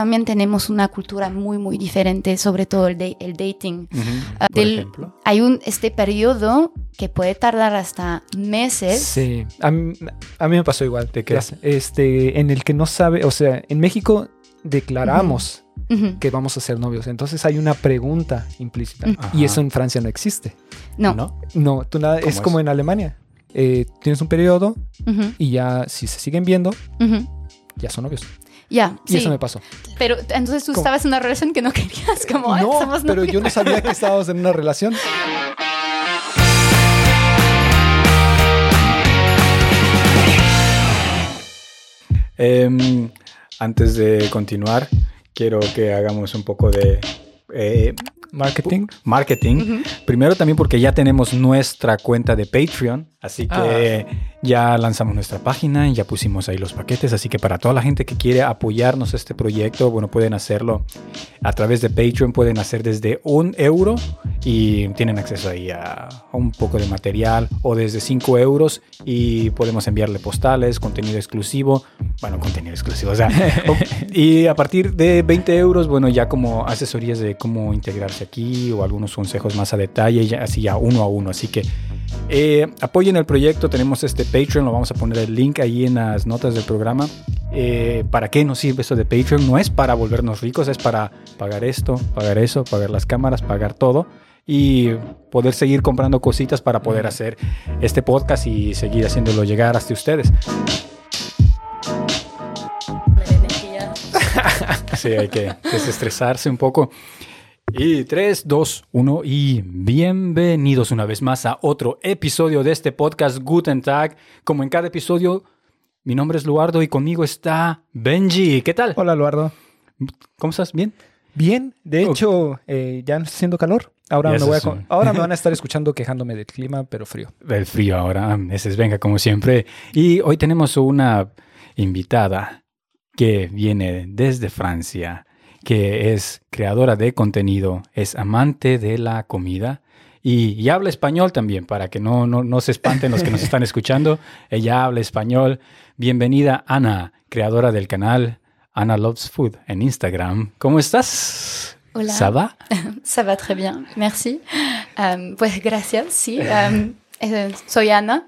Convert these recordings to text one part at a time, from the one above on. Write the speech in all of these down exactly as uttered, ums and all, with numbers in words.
También tenemos una cultura muy, muy diferente, sobre todo el, de, el dating. Uh-huh. Uh, Por del, ejemplo. Hay un, este periodo que puede tardar hasta meses. Sí, a mí, a mí me pasó igual, te creas. Este, en el que no sabe, o sea, en México declaramos Uh-huh. que vamos a ser novios. Entonces hay una pregunta implícita. Uh-huh. Y eso en Francia no existe. No. ¿No? No, tú nada, es, es? como en Alemania. Eh, tienes un periodo Uh-huh. y ya si se siguen viendo, Uh-huh. ya son novios. Ya, Y sí. eso me pasó. Pero entonces tú ¿Cómo? estabas en una relación que no querías, como, "Ay, No, somos pero novios". yo no sabía que estábamos en una relación. Eh, antes de continuar, quiero que hagamos un poco de eh, Marketing. marketing. Uh-huh. Primero también porque ya tenemos nuestra cuenta de Patreon, así que Ah. ya lanzamos nuestra página y ya pusimos ahí los paquetes, así que para toda la gente que quiere apoyarnos este proyecto, bueno, pueden hacerlo a través de Patreon, pueden hacer desde un euro y tienen acceso ahí a, a un poco de material, o desde cinco euros y podemos enviarle postales, contenido exclusivo, bueno, contenido exclusivo, o sea, y a partir de veinte euros, bueno, ya como asesorías de cómo integrarse aquí o algunos consejos más a detalle, ya, así ya uno a uno, así que eh, apoyen el proyecto. Tenemos este Patreon, lo vamos a poner el link ahí en las notas del programa. Eh, ¿Para qué nos sirve esto de Patreon? No es para volvernos ricos, es para pagar esto, pagar eso, pagar las cámaras, pagar todo y poder seguir comprando cositas para poder hacer este podcast y seguir haciéndolo llegar hasta ustedes. Sí, hay que desestresarse un poco. Y tres, dos, uno y bienvenidos una vez más a otro episodio de este podcast Guten Tag. Como en cada episodio, mi nombre es Luardo y conmigo está Benji. ¿Qué tal? Hola, Eduardo. ¿Cómo estás? ¿Bien? Bien, de hecho, eh, ya no está haciendo calor. Ahora me, Eso voy a es con- un- ahora me van a estar escuchando quejándome del clima, pero frío. El frío ahora, ese es venga como siempre. Y hoy tenemos una invitada que viene desde Francia, que es creadora de contenido, es amante de la comida y, y habla español también, para que no, no, no se espanten los que nos están escuchando. Ella habla español. Bienvenida, Ana, creadora del canal Ana Loves Food en Instagram. ¿Cómo estás? Hola. ¿Ça va? Ça va très bien, merci. Um, pues gracias, sí. Um, eh, soy Ana.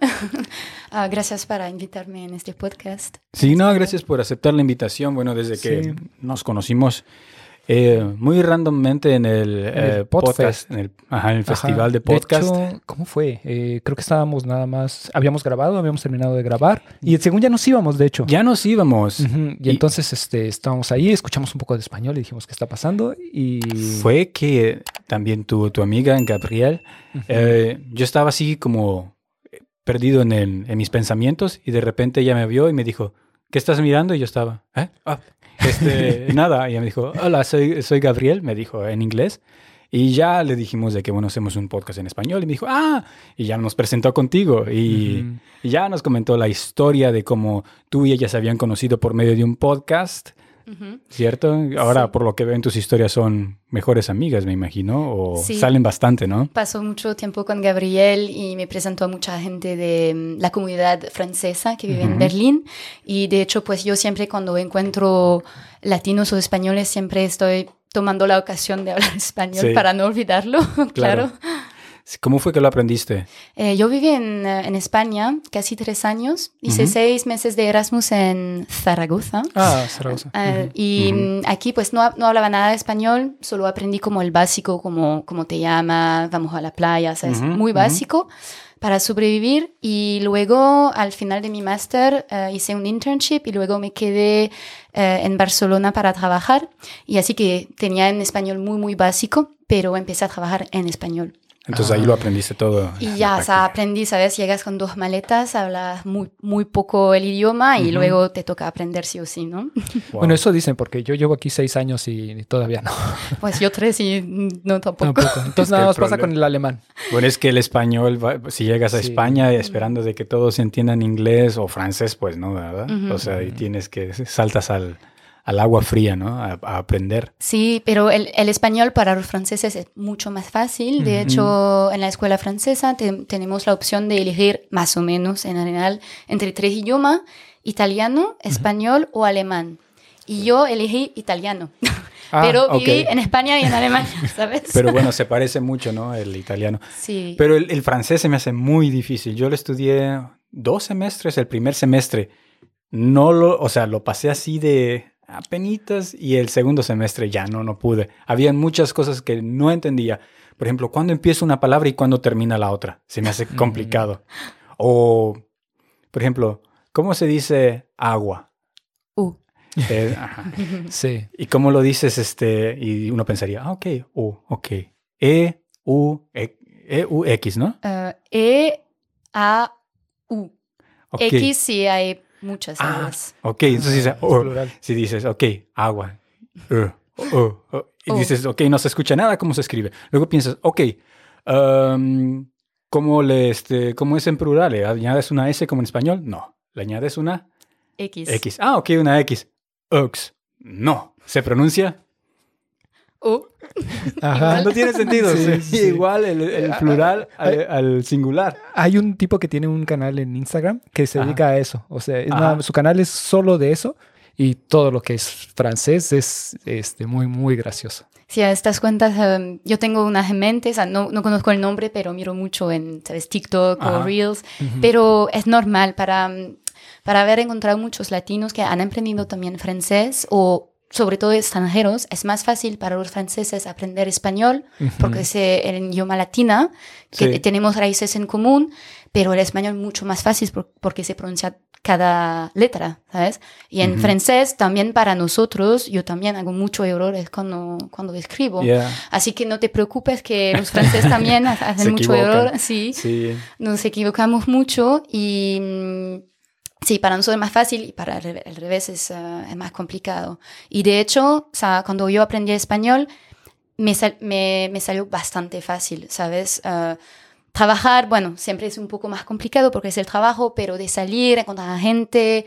Uh, gracias por invitarme en este podcast. Sí, no, gracias por aceptar la invitación. Bueno, desde que Sí. nos conocimos eh, muy randommente en el, En el eh, Podfest. podcast, en el, ajá, en el Ajá. festival de podcast. De hecho, ¿cómo fue? Eh, creo que estábamos nada más... Habíamos grabado, habíamos terminado de grabar. Y según ya nos íbamos, de hecho. Ya nos íbamos. Ujú. Y, Y- entonces este, estábamos ahí, escuchamos un poco de español y dijimos, ¿qué está pasando? Y... Fue que también tu, tu amiga, Gabriel, Ujú. eh, yo estaba así como perdido en, el, en mis pensamientos y de repente ella me vio y me dijo, ¿qué estás mirando? Y yo estaba, ¿eh? Ah, este, nada. Y ella me dijo, hola, soy, soy Gabriel, me dijo en inglés. Y ya le dijimos de que, bueno, hacemos un podcast en español. Y me dijo, ah, y ya nos presentó contigo. Y, Ujú. y ya nos comentó la historia de cómo tú y ella se habían conocido por medio de un podcast, Uh-huh. ¿cierto? Ahora, Sí. por lo que veo en tus historias, son mejores amigas, me imagino, o Sí. salen bastante, ¿no? Pasó mucho tiempo con Gabriel y me presentó a mucha gente de mm, la comunidad francesa que vive Ujú. en Berlín. Y de hecho, pues yo siempre cuando encuentro latinos o españoles, siempre estoy tomando la ocasión de hablar español Sí. para no olvidarlo, claro. ¿Cómo fue que lo aprendiste? Eh, yo viví en, eh, en España casi tres años. Hice Ujú. seis meses de Erasmus en Zaragoza. Ah, Zaragoza. Eh, y Ujú. mm, aquí pues no, no hablaba nada de español, solo aprendí como el básico, como cómo te llamas, vamos a la playa, ¿sabes? Ujú, Muy ujú. básico para sobrevivir. Y luego al final de mi máster eh, hice un internship y luego me quedé eh, en Barcelona para trabajar. Y así que tenía en español muy, muy básico, pero empecé a trabajar en español. Entonces Ah. ahí lo aprendiste todo. Y en ya, la o sea, práctica. aprendí, ¿sabes? Llegas con dos maletas, hablas muy, muy poco el idioma y Ujú. luego te toca aprender sí o sí, ¿no? Wow. Bueno, eso dicen porque yo llevo aquí seis años y todavía no. Pues yo tres y no tampoco. Tampoco. Entonces Es nada que más el pasa problema- con el alemán. Bueno, es que el español, va- si llegas a Sí. España esperando de que todos entiendan inglés o francés, pues no, ¿verdad? Ujú. O sea, y tienes que, saltas al, al agua fría, ¿no? A, a aprender. Sí, pero el, el español para los franceses es mucho más fácil. De Ujú. hecho, en la escuela francesa te- tenemos la opción de elegir más o menos en general entre tres idiomas, italiano, español o alemán. Y yo elegí italiano. Ah, Pero viví ok. en España y en Alemania, ¿sabes? Pero bueno, se parece mucho, ¿no? El italiano. Sí. Pero el, el francés se me hace muy difícil. Yo lo estudié dos semestres, el primer semestre. No lo, o sea, lo pasé así de apenitas y el segundo semestre ya no, no pude. Habían muchas cosas que no entendía. Por ejemplo, ¿cuándo empieza una palabra y cuándo termina la otra? Se me hace complicado. O, por ejemplo, ¿cómo se dice agua? Uh. Eh, ajá. Sí. ¿Y cómo lo dices? Este, y uno pensaría, ah, ok, U, ok. E, U, E, E, U, X, ¿no? Uh, E, A, U. Okay. X sí hay muchas Ah, aguas. ok, entonces dices, oh, plural. si dices, ok, agua, uh, uh, uh, y Oh. dices, ok, no se escucha nada, ¿cómo se escribe? Luego piensas, ok, um, ¿cómo, le, este, ¿cómo es en plural? ¿Le añades una S como en español? No. ¿Le añades una X. X? Ah, ok, una X. Ux. No. ¿Se pronuncia? U. Ajá. No tiene sentido. Sí, Sí, sí. igual el, el plural al, al singular. Hay un tipo que tiene un canal en Instagram que se Ajá. dedica a eso. O sea, es Ajá. una- su canal es solo de eso y todo lo que es francés es este, muy, muy gracioso. Sí, a estas cuentas, um, yo tengo unas en mente, o sea, no, no conozco el nombre, pero miro mucho en, ¿sabes? TikTok Ajá. o Reels, pero es normal para, um, para haber encontrado muchos latinos que han aprendido también francés o sobre todo extranjeros, es más fácil para los franceses aprender español porque es eh, el idioma latina, que Sí. tenemos raíces en común, pero el español mucho más fácil por- porque se pronuncia cada letra, ¿sabes? Y en Ujú. francés también para nosotros, yo también hago muchos errores cuando, cuando escribo. Yeah. Así que no te preocupes que los franceses también ha- Se hacen mucho equivocan. error. Sí, Sí. nos equivocamos mucho y mm, sí, para nosotros es más fácil y para el reve- el revés es, uh, es más complicado. Y de hecho, o sea, cuando yo aprendí español, me, sal- me, me salió bastante fácil, ¿sabes? Uh, trabajar, bueno, siempre es un poco más complicado porque es el trabajo, pero de salir, encontrar a gente,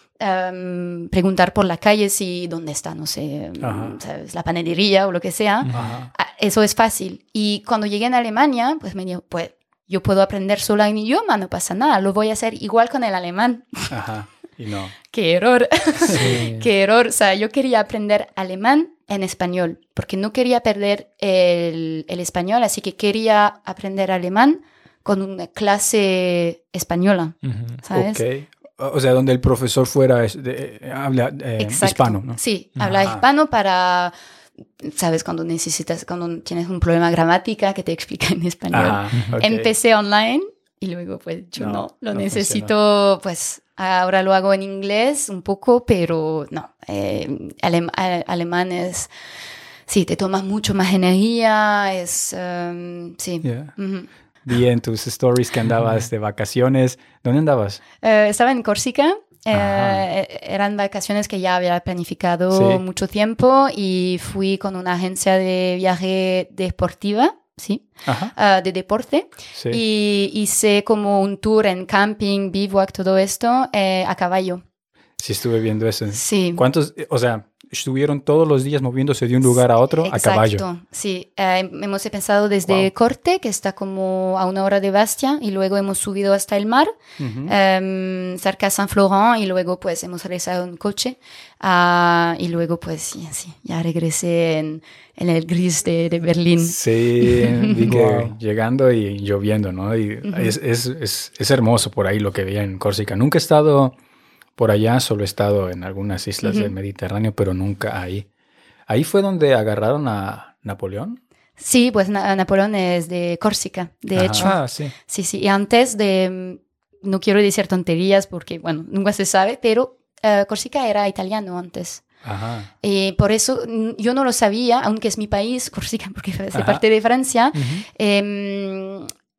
um, preguntar por la calle si dónde está, no sé, Ajá. ¿sabes? La panadería o lo que sea. Ajá. Ah, eso es fácil. Y cuando llegué en Alemania, pues me dijo, pues yo puedo aprender sola un idioma, no pasa nada, lo voy a hacer igual con el alemán. Ajá. Y no. ¡Qué error! Sí. ¡Qué error! O sea, yo quería aprender alemán en español, porque no quería perder el, el español, así que quería aprender alemán con una clase española, Ujú. ¿sabes? Ok. O sea, donde el profesor fuera es- de- eh, habla eh, Exacto. hispano, ¿no? Sí, habla Ajá. hispano para, ¿sabes? Cuando necesitas, cuando tienes un problema de gramática que te explica en español. Ajá. ok. Empecé online y luego pues yo No, no, lo no necesito, pues ahora lo hago en inglés un poco, pero no, eh, alem- a- alemán es, sí, te tomas mucho más energía, es, um, sí. Yeah. Ujú. Vi en tus stories que andabas de vacaciones. ¿Dónde andabas? Eh, estaba en Córcega. Eh, Ajá. eh, eran vacaciones que ya había planificado Sí. mucho tiempo y fui con una agencia de viaje deportiva, sí, Ajá. ah, de deporte. Sí. Y hice como un tour en camping, bivouac, todo esto, eh, a caballo. Sí, estuve viendo eso. Sí. ¿Cuántos? O sea, estuvieron todos los días moviéndose de un lugar a otro a caballo. Exacto, sí. Eh, hemos empezado desde Wow. Corte, que está como a una hora de Bastia, y luego hemos subido hasta el mar, Ujú. eh, cerca de Saint-Florent, y luego pues hemos regresado en coche. Ah, y luego pues sí, sí, ya regresé en, en el gris de, de Berlín. Sí, vi que Wow. llegando y lloviendo, ¿no? Y es, es, es, es hermoso por ahí lo que veía en Córcega. Nunca he estado por allá, solo he estado en algunas islas Ujú. del Mediterráneo, pero nunca ahí. Ahí fue donde agarraron a Napoleón. Sí, pues Na- Napoleón es de Córcega, de Ajá. hecho. Ah, sí. Sí, sí. Y antes de, mm, no quiero decir tonterías porque, bueno, nunca se sabe, pero eh, Córcega era italiano antes. Ajá. Y por eso mm, yo no lo sabía, aunque es mi país, Córcega, porque hace Ajá. parte de Francia. Ujú. Eh,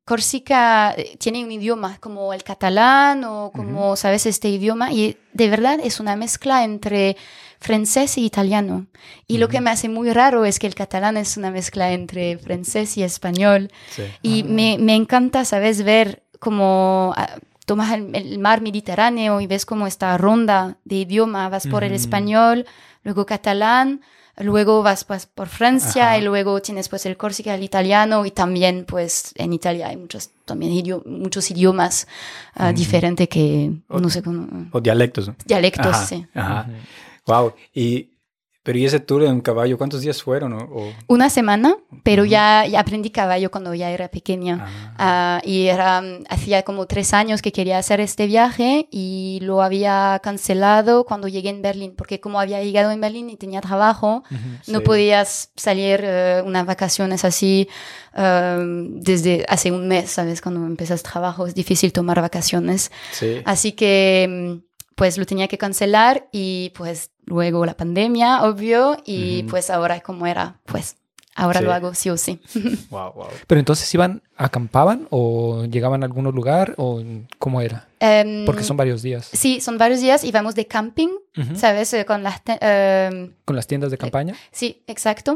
Córcega eh, tiene un idioma como el catalán o como, ¿sabes? Este idioma. Y de verdad es una mezcla entre francés e italiano. Y lo que me hace muy raro es que el catalán es una mezcla entre francés y español. Sí. Y me, me encanta, ¿sabes? Ver cómo ah, tomas el, el mar Mediterráneo y ves como esta ronda de idioma, vas por el Ujú. español, luego catalán, luego vas pues, por Francia Ajá. y luego tienes pues el Córcega, el italiano y también pues en Italia hay muchos, también idio- muchos idiomas ah, diferentes que no sé cómo... O dialectos, ¿no? Dialectos, Ajá, sí. ajá. Wow. Y, pero ¿y ese tour en caballo, cuántos días fueron? O, o... Una semana, pero uh-huh. ya, ya aprendí caballo cuando ya era pequeña. Ah. Uh, y era, hacía como tres años que quería hacer este viaje y lo había cancelado cuando llegué en Berlín, porque como había llegado en Berlín y tenía trabajo, uh-huh. no sí. podías salir uh, unas vacaciones así uh, desde hace un mes, ¿sabes? Cuando empiezas trabajo es difícil tomar vacaciones. Sí. Así que... pues lo tenía que cancelar y pues luego la pandemia, obvio, y uh-huh. pues ahora como era, pues ahora sí. lo hago sí o sí. Wow, wow. Pero entonces iban, acampaban o llegaban a algún lugar o cómo era? Um, Porque son varios días. Sí, son varios días y vamos de camping, uh-huh. ¿sabes? Eh, con las... Te- uh, ¿Con las tiendas de campaña? Eh, sí, exacto.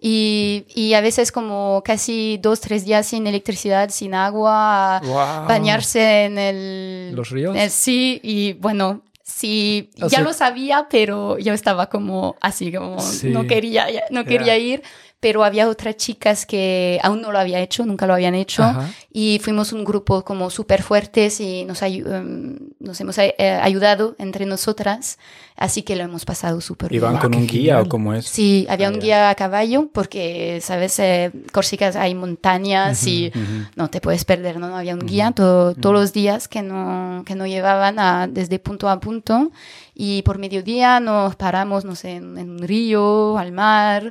Y, y a veces como casi dos, tres días sin electricidad, sin agua, wow. bañarse en el... ¿Los ríos? Eh, sí, y bueno... Sí, o ya sea, lo sabía, pero yo estaba como así, como sí. no quería, no quería yeah. ir, pero había otras chicas que aún no lo habían hecho, nunca lo habían hecho, Ajá. y fuimos un grupo como súper fuertes y nos, ay- um, nos hemos eh, ayudado entre nosotras, así que lo hemos pasado súper bien. ¿Y van con un guía genial. o cómo es? Sí, había ah, un yeah. guía a caballo porque, ¿sabes? Eh, Córcega hay montañas Uh-huh, y uh-huh. no te puedes perder, ¿no? No había un Uh-huh. guía to- todos uh-huh. los días que no, que no llevaban a, desde punto a punto y por mediodía nos paramos, no sé, en, en un río, al mar,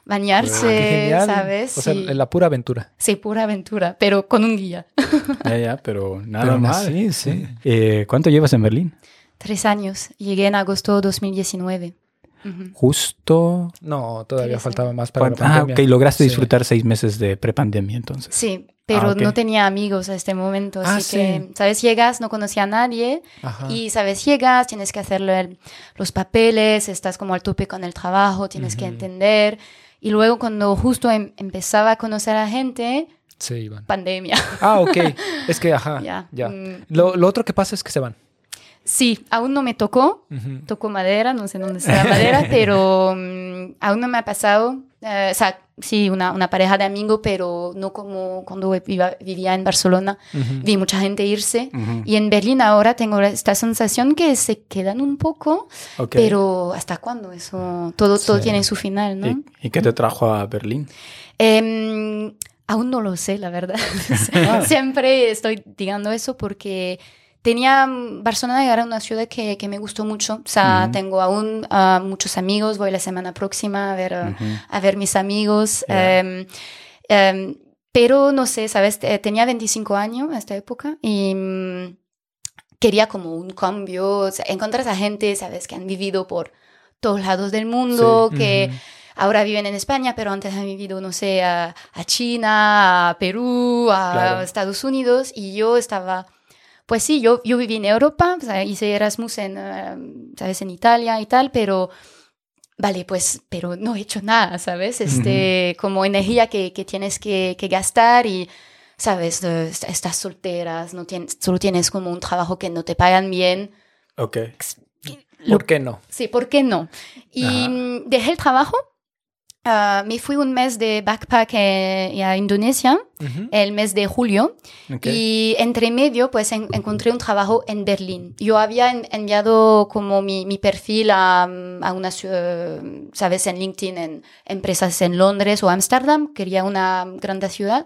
bañarse, ah, ¿sabes? O sea, sí. la pura aventura. Sí, pura aventura, pero con un guía. Ya, ya, pero nada pero mal. Sí, sí. Eh, ¿Cuánto llevas en Berlín? Tres años. Llegué en agosto de dos mil diecinueve. Uh-huh. Justo... No, todavía Tres faltaba años. más para la Ah, pandemia. ok. Lograste Sí. disfrutar seis meses de prepandemia entonces. Sí, pero Ah, okay. no tenía amigos a este momento, Ah, así sí. que, ¿sabes? Llegas, no conocía a nadie Ajá. y, ¿sabes? Llegas, tienes que hacer el, los papeles, estás como al tope con el trabajo, tienes Uh-huh. que entender y luego cuando justo em- empezaba a conocer a gente, Se iban. pandemia. Ah, ok. Es que, ajá, Ya. ya. Mm. Lo, lo otro que pasa es que se van. Sí, aún no me tocó, Uh-huh. tocó madera, no sé dónde está la madera, pero um, aún no me ha pasado. Uh, o sea, sí, una, una pareja de amigos, pero no como cuando viva, vivía en Barcelona. Uh-huh. Vi mucha gente irse. Uh-huh. Y en Berlín ahora tengo esta sensación que se quedan un poco, Okay. pero ¿hasta cuándo? Eso, todo, todo Sí. tiene su final, ¿no? ¿Y, ¿Y qué te trajo a Berlín? Eh, aún no lo sé, la verdad. Ah. Siempre estoy digando eso porque tenía Barcelona era una ciudad que, que me gustó mucho. O sea, Uh-huh. tengo aún uh, muchos amigos. Voy la semana próxima a ver, uh, Uh-huh. a ver mis amigos. Yeah. Um, um, pero no sé, ¿sabes? Tenía veinticinco años en esta época y um, quería como un cambio. O sea, encontrar a gente, ¿sabes? Que han vivido por todos lados del mundo, Sí. que... Uh-huh. Ahora viven en España, pero antes han vivido, no sé, a, a China, a Perú, a Claro. Estados Unidos. Y yo estaba, pues sí, yo, yo viví en Europa, o sea, hice Erasmus en, uh, ¿sabes? En Italia y tal, pero, vale, pues, pero no he hecho nada, ¿sabes? Este, uh-huh. Como energía que, que tienes que, que gastar y, ¿sabes? Uh, estás solteras, no tienes, solo tienes como un trabajo que no te pagan bien. Ok. ¿Por qué no? Sí, ¿por qué no? Y Ajá. dejé el trabajo. Uh, me fui un mes de backpack eh, a Indonesia, Uh-huh. el mes de julio, Okay. y entre medio pues en, encontré un trabajo en Berlín. Yo había en, enviado como mi, mi perfil a, a una ciudad, sabes, en LinkedIn, en empresas en Londres o Ámsterdam, quería una gran ciudad,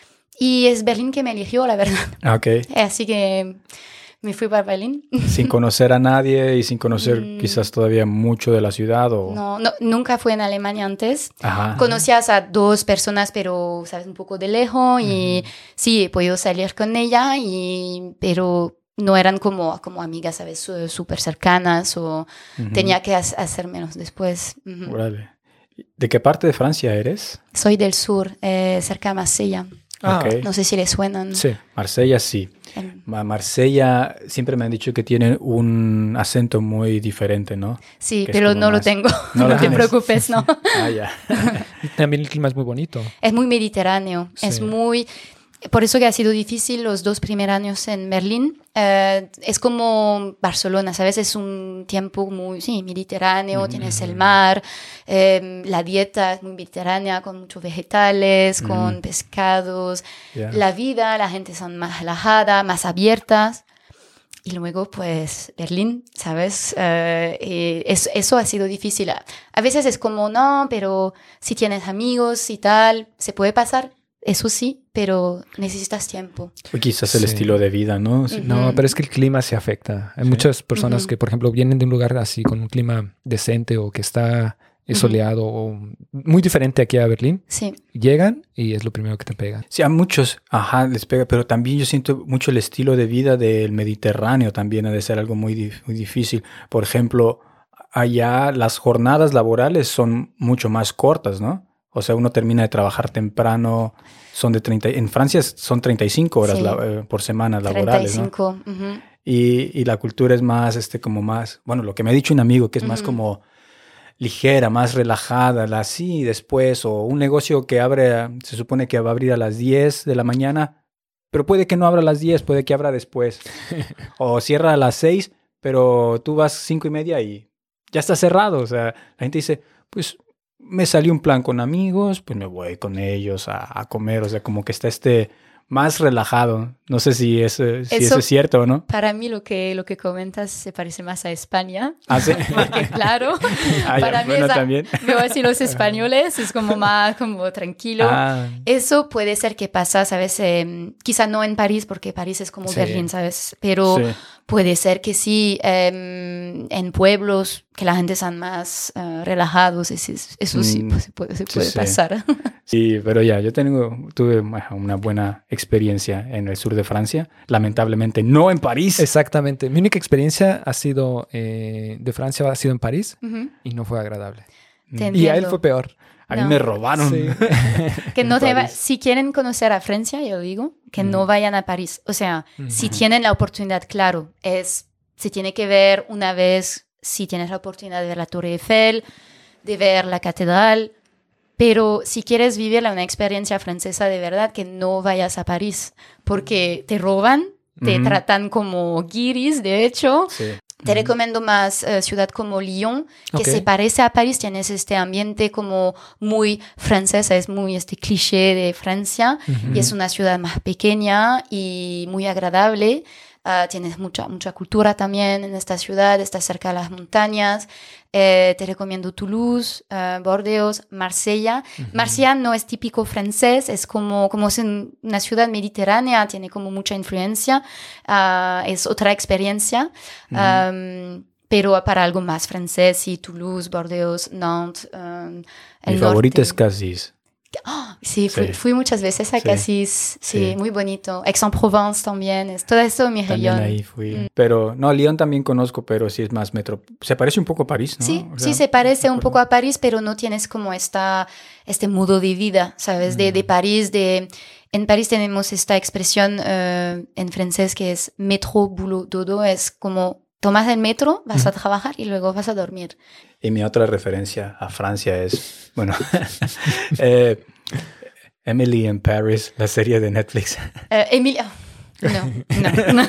y es Berlín que me eligió, la verdad. Ok. Así que me fui para Berlín. Sin conocer a nadie y sin conocer Mm. quizás todavía mucho de la ciudad o... No, no, nunca fui en Alemania antes. Ajá. Conocías a dos personas, pero, sabes, un poco de lejos. Y Uh-huh. sí, he podido salir con ella, y, pero no eran como, como amigas, ¿sabes? Súper cercanas o Ujú. tenía que ha- hacérmelos después. Ujú. Órale. ¿De qué parte de Francia eres? Soy del sur, eh, cerca de Marsella. Ah, Ok. No sé si les suenan. sí. Marsella sí. Em, Ma- Marsella siempre me han dicho que tiene un acento muy diferente, ¿no? Sí, Que es pero como no lo más- tengo. ¿No No, lo te tienes? preocupes, no. Ah, ya. Y también el clima es muy bonito. Es muy mediterráneo, Sí. es muy... Por eso que ha sido difícil los dos primeros años en Berlín. Eh, es como Barcelona, ¿sabes? Es un tiempo muy, sí, mediterráneo, Mm. tienes el mar, eh, la dieta es muy mediterránea, con muchos vegetales, Mm. con pescados. Ya. La vida, la gente son más relajada, más abiertas. y luego, pues, Berlín, ¿sabes? Uh, y es, eso ha sido difícil. A veces es como, no, pero si tienes amigos y tal, se puede pasar. Eso sí, pero necesitas tiempo. O quizás el sí. estilo de vida, ¿no? Uh-huh. No, pero es que el clima se afecta. Hay sí. muchas personas uh-huh. que, por ejemplo, vienen de un lugar así con un clima decente o que está soleado uh-huh. o muy diferente aquí a Berlín. Sí. Llegan y es lo primero que te pega. Sí, a muchos, ajá, les pega, pero también yo siento mucho el estilo de vida del Mediterráneo también ha de ser algo muy, muy difícil. Por ejemplo, allá las jornadas laborales son mucho más cortas, ¿no? O sea, uno termina de trabajar temprano, son de treinta, en Francia son treinta y cinco horas sí. la, eh, por semana laborales, treinta y cinco, ¿no? Uh-huh. Y, y la cultura es más, este, como más, bueno, lo que me ha dicho un amigo, que es uh-huh. más como ligera, más relajada, la así después, o un negocio que abre, se supone que va a abrir a las diez de la mañana, pero puede que no abra a las diez, puede que abra después. O cierra a las seis, pero tú vas cinco y media y ya está cerrado. O sea, la gente dice, pues me salió un plan con amigos, pues me voy con ellos a, a comer. O sea, como que está este más relajado. No sé si, es, si eso, eso es cierto o no. Para mí lo que, lo que comentas se parece más a España. ¿Ah, sí? Porque claro, ah, para ya, mí bueno, es a, también. veo así los españoles, es como más como tranquilo. Ah. Eso puede ser que pasa, ¿sabes? Eh, quizá no en París, porque París es como sí. Berlín, ¿sabes? Pero sí. puede ser que sí, eh, en pueblos que la gente están más uh, relajados, eso, eso sí, pues, se puede, se puede sí, pasar. Sí. sí, pero ya, yo tengo, tuve una buena experiencia en el sur de Francia, lamentablemente no en París. Exactamente, mi única experiencia ha sido eh, de Francia, ha sido en París uh-huh. y no fue agradable. Te y a él fue peor. A no. mí me robaron. Sí. que no te va, si quieren conocer a Francia, yo digo, que mm. no vayan a París. O sea, mm. si tienen la oportunidad, claro, es, se tiene que ver una vez, si tienes la oportunidad de ver la Torre Eiffel, de ver la catedral, pero si quieres vivir una experiencia francesa de verdad, que no vayas a París, porque te roban, te mm. tratan como guiris, de hecho. Sí. Te mm. recomiendo más uh, ciudad como Lyon, que okay. se parece a París, tienes este ambiente como muy francés, es muy este cliché de Francia, uh-huh. y es una ciudad más pequeña y muy agradable. Uh, tienes mucha, mucha cultura también en esta ciudad, estás cerca de las montañas. Eh, te recomiendo Toulouse, uh, Bordeaux, Marsella. Uh-huh. Marsella no es típico francés, es como, como es una ciudad mediterránea, tiene como mucha influencia, uh, es otra experiencia. Uh-huh. Um, pero para algo más francés, sí, Toulouse, Bordeaux, Nantes. Um, Mi favorita es Cassis. Oh, sí, fui, sí, fui muchas veces a Cassis, sí, sí, muy bonito. Aix-en-Provence también, es todo eso mi región. También ahí fui. Mm. Pero, no, Lyon también conozco, pero sí es más metro. Se parece un poco a París, ¿no? Sí, o sea, sí, se parece un poco a París, pero no tienes como esta, este modo de vida, ¿sabes? De, mm. de París, de... En París tenemos esta expresión uh, en francés que es métro, boulot, dodo, es como... Tomas el metro, vas a trabajar y luego vas a dormir. Y mi otra referencia a Francia es, bueno, eh, Emily in Paris, la serie de Netflix. Uh, Emilia. No, no.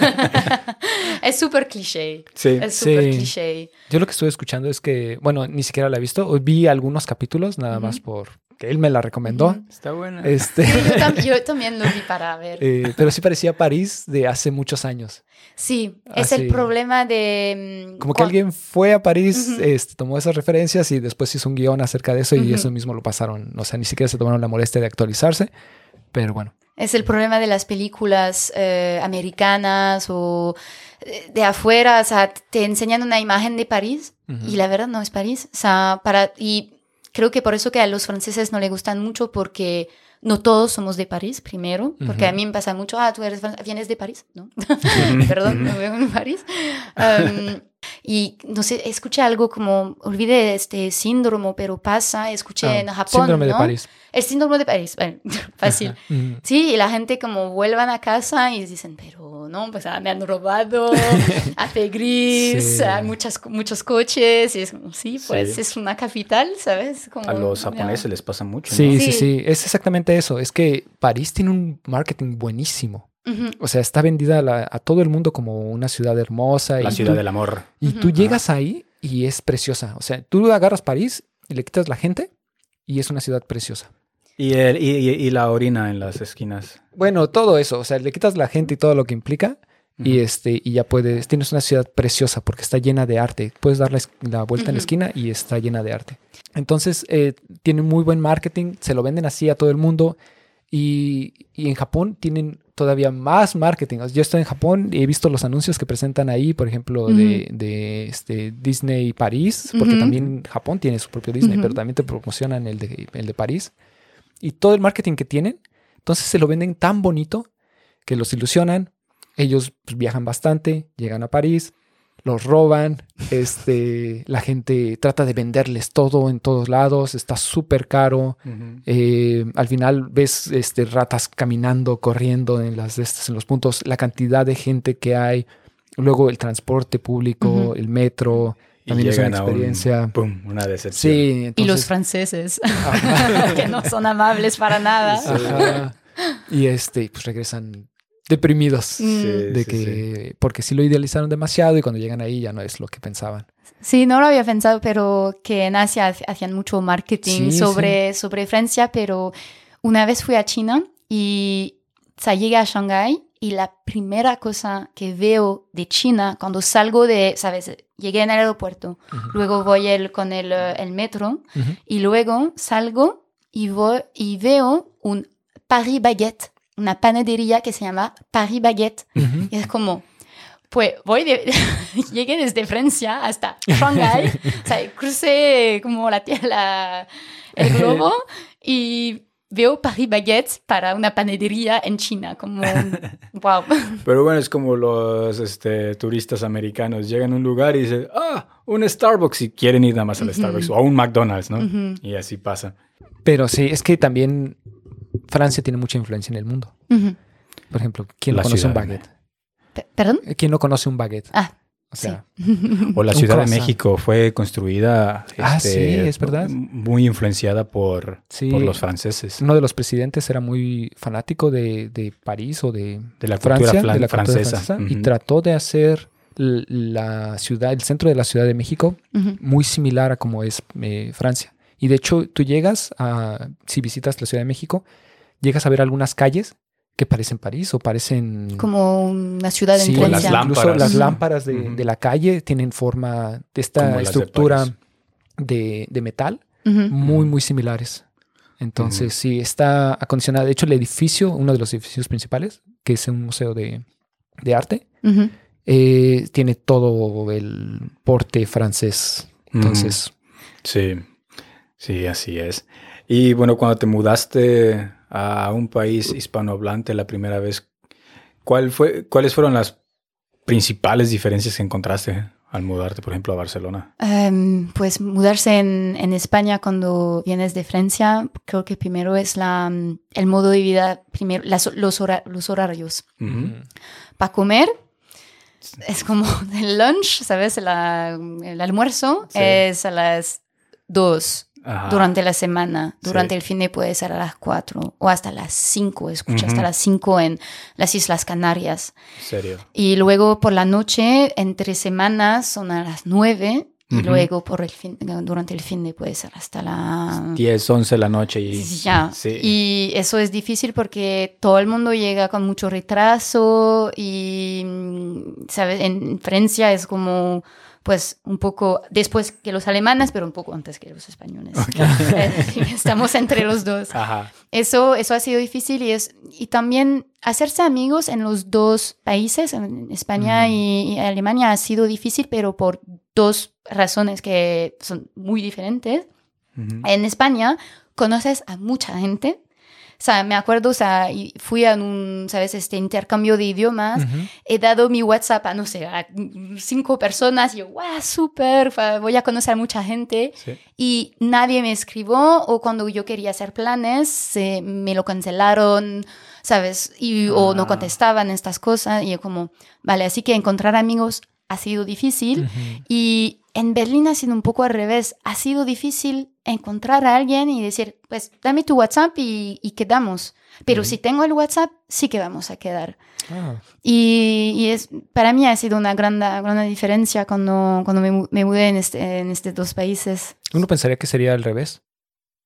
Es súper cliché. Sí. Es súper sí. cliché. Yo lo que estuve escuchando es que, bueno, ni siquiera la he visto. Vi algunos capítulos nada uh-huh. más por... que él me la recomendó. Uh-huh. Está buena. Este... Sí, yo, tam- yo también lo vi para ver. Eh, pero sí parecía París de hace muchos años. Sí, es Así. el problema de... Como que alguien fue a París, uh-huh. este, tomó esas referencias y después hizo un guión acerca de eso y uh-huh. eso mismo lo pasaron. O sea, ni siquiera se tomaron la molestia de actualizarse, pero bueno. Es el problema de las películas eh, americanas o de afuera. O sea, te enseñan una imagen de París uh-huh. y la verdad no es París. O sea, para... Y creo que por eso que a los franceses no les gustan mucho porque... No todos somos de París, primero, porque uh-huh. a mí me pasa mucho, ah, tú eres, vienes de París, ¿no? Perdón, no vengo de París. Um, y no sé, escuché algo como, olvidé este síndrome, pero pasa, escuché ah, en Japón, síndrome ¿no? de París. El síndrome de París, bueno, fácil. Uh-huh. Sí, y la gente como vuelvan a casa y dicen, pero no, pues ah, me han robado, hace gris, sí. hay muchas, muchos coches, y es como, sí, pues sí. es una capital, ¿sabes? Como, a los japoneses ya. les pasa mucho, sí, ¿no? Sí, sí, sí, es exactamente eso, es que París tiene un marketing buenísimo. Uh-huh. O sea, está vendida a, la, a todo el mundo como una ciudad hermosa. La y ciudad tú, del amor. Y uh-huh. tú llegas ahí y es preciosa. O sea, tú agarras París y le quitas la gente y es una ciudad preciosa. Y, el, y, y, y la orina en las esquinas. Bueno, todo eso. O sea, le quitas la gente y todo lo que implica Uh-huh. Y, este, y ya puedes, tienes una ciudad preciosa porque está llena de arte. Puedes dar la, la vuelta uh-huh. en la esquina y está llena de arte. Entonces, eh, tienen muy buen marketing, se lo venden así a todo el mundo. Y, y en Japón tienen todavía más marketing. Yo estoy en Japón y he visto los anuncios que presentan ahí, por ejemplo, uh-huh. de, de este Disney París, porque uh-huh. también Japón tiene su propio Disney, uh-huh. pero también te promocionan el de, el de París. Y todo el marketing que tienen, entonces se lo venden tan bonito que los ilusionan. Ellos pues, viajan bastante, llegan a París, los roban, este, la gente trata de venderles todo en todos lados, está súper caro. Uh-huh. Eh, al final ves este, ratas caminando, corriendo en, las, en los puntos, la cantidad de gente que hay, luego el transporte público, uh-huh. el metro, también es una experiencia. Un, pum, una decepción. Sí, entonces... Y los franceses, que no son amables para nada. Sí. Ajá. Y este, pues regresan deprimidos sí, de sí, que sí. porque sí lo idealizaron demasiado y cuando llegan ahí ya no es lo que pensaban. Sí, no lo había pensado, pero que en Asia hacían mucho marketing sí, sobre, sí. sobre Francia, pero una vez fui a China y o sea, llegué a Shanghái y la primera cosa que veo de China cuando salgo de, ¿sabes? Llegué en el aeropuerto, uh-huh. luego voy el, con el, el metro uh-huh. y luego salgo y, voy, y veo un Paris Baguette, una panadería que se llama Paris Baguette. Uh-huh. Y es como, pues voy de, llegué desde Francia hasta Shanghái, o sea, crucé como la, la, el globo y veo Paris Baguette para una panadería en China, como, wow. Pero bueno, es como los este, turistas americanos llegan a un lugar y dicen, ah, un Starbucks, y quieren ir nada más al uh-huh. Starbucks o a un McDonald's, ¿no? Uh-huh. Y así pasa. Pero sí, es que también Francia tiene mucha influencia en el mundo. Uh-huh. Por ejemplo, ¿quién no conoce un baguette? P- ¿Perdón? ¿Quién no conoce un baguette? Ah, o sea, sí. O la Ciudad de México fue construida este, ah, sí, es verdad. muy influenciada por, sí. por los franceses. Uno de los presidentes era muy fanático de, de París o de, de la Francia, cultura flan- de la francesa, francesa uh-huh. y trató de hacer la ciudad, el centro de la Ciudad de México uh-huh. muy similar a como es eh, Francia. Y de hecho, tú llegas a, si visitas la Ciudad de México, llegas a ver algunas calles que parecen París o parecen... Como una ciudad sí, en Francia. las lámparas. Incluso las lámparas de, uh-huh. de la calle tienen forma de esta estructura de, de, de metal uh-huh. muy, muy similares. Entonces, uh-huh. sí, está acondicionada. De hecho, el edificio, uno de los edificios principales, que es un museo de, de arte, uh-huh. eh, tiene todo el porte francés. Entonces... Uh-huh. Sí, sí, así es. Y bueno, cuando te mudaste a un país hispanohablante la primera vez, ¿cuál fue, ¿cuáles fueron las principales diferencias que encontraste al mudarte, por ejemplo, a Barcelona? Um, pues mudarse en, en España cuando vienes de Francia, creo que primero es la, el modo de vida, primero las, los, hora, los horarios. Uh-huh. Para comer es como el lunch, ¿sabes? La, el almuerzo sí. es a las dos. Ajá. Durante la semana, durante sí. el fin de puede ser a las cuatro o hasta las cinco, escucha, uh-huh. hasta las cinco en las Islas Canarias. ¿En serio? Y luego por la noche, entre semanas, son a las nueve uh-huh. y luego por el fin, durante el fin de puede ser hasta las diez, once de la noche. Y... Ya, sí. Y eso es difícil porque todo el mundo llega con mucho retraso y, ¿sabes? En Francia es como... pues un poco después que los alemanes, pero un poco antes que los españoles. Okay. Estamos entre los dos. Ajá. Eso, eso ha sido difícil y, es, y también hacerse amigos en los dos países, en España mm. y, y Alemania, ha sido difícil, pero por dos razones que son muy diferentes. Mm-hmm. En España conoces a mucha gente. O sea, me acuerdo, o sea, fui a un, ¿sabes? Este intercambio de idiomas. Uh-huh. He dado mi WhatsApp a, no sé, a cinco personas. Y yo, ¡guau, súper! Voy a conocer a mucha gente. Sí. Y nadie me escribió. O cuando yo quería hacer planes, eh, me lo cancelaron, ¿sabes? Y, ah. O no contestaban estas cosas. Y yo como, vale, así que encontrar amigos ha sido difícil. Uh-huh. Y en Berlín ha sido un poco al revés. Ha sido difícil encontrar a alguien y decir, pues, dame tu WhatsApp y, y quedamos. Pero uh-huh. si tengo el WhatsApp, sí que vamos a quedar. Ah. Y, y es, para mí ha sido una gran, gran diferencia cuando, cuando me, me mudé en, este, en estos dos países. Uno pensaría que sería al revés.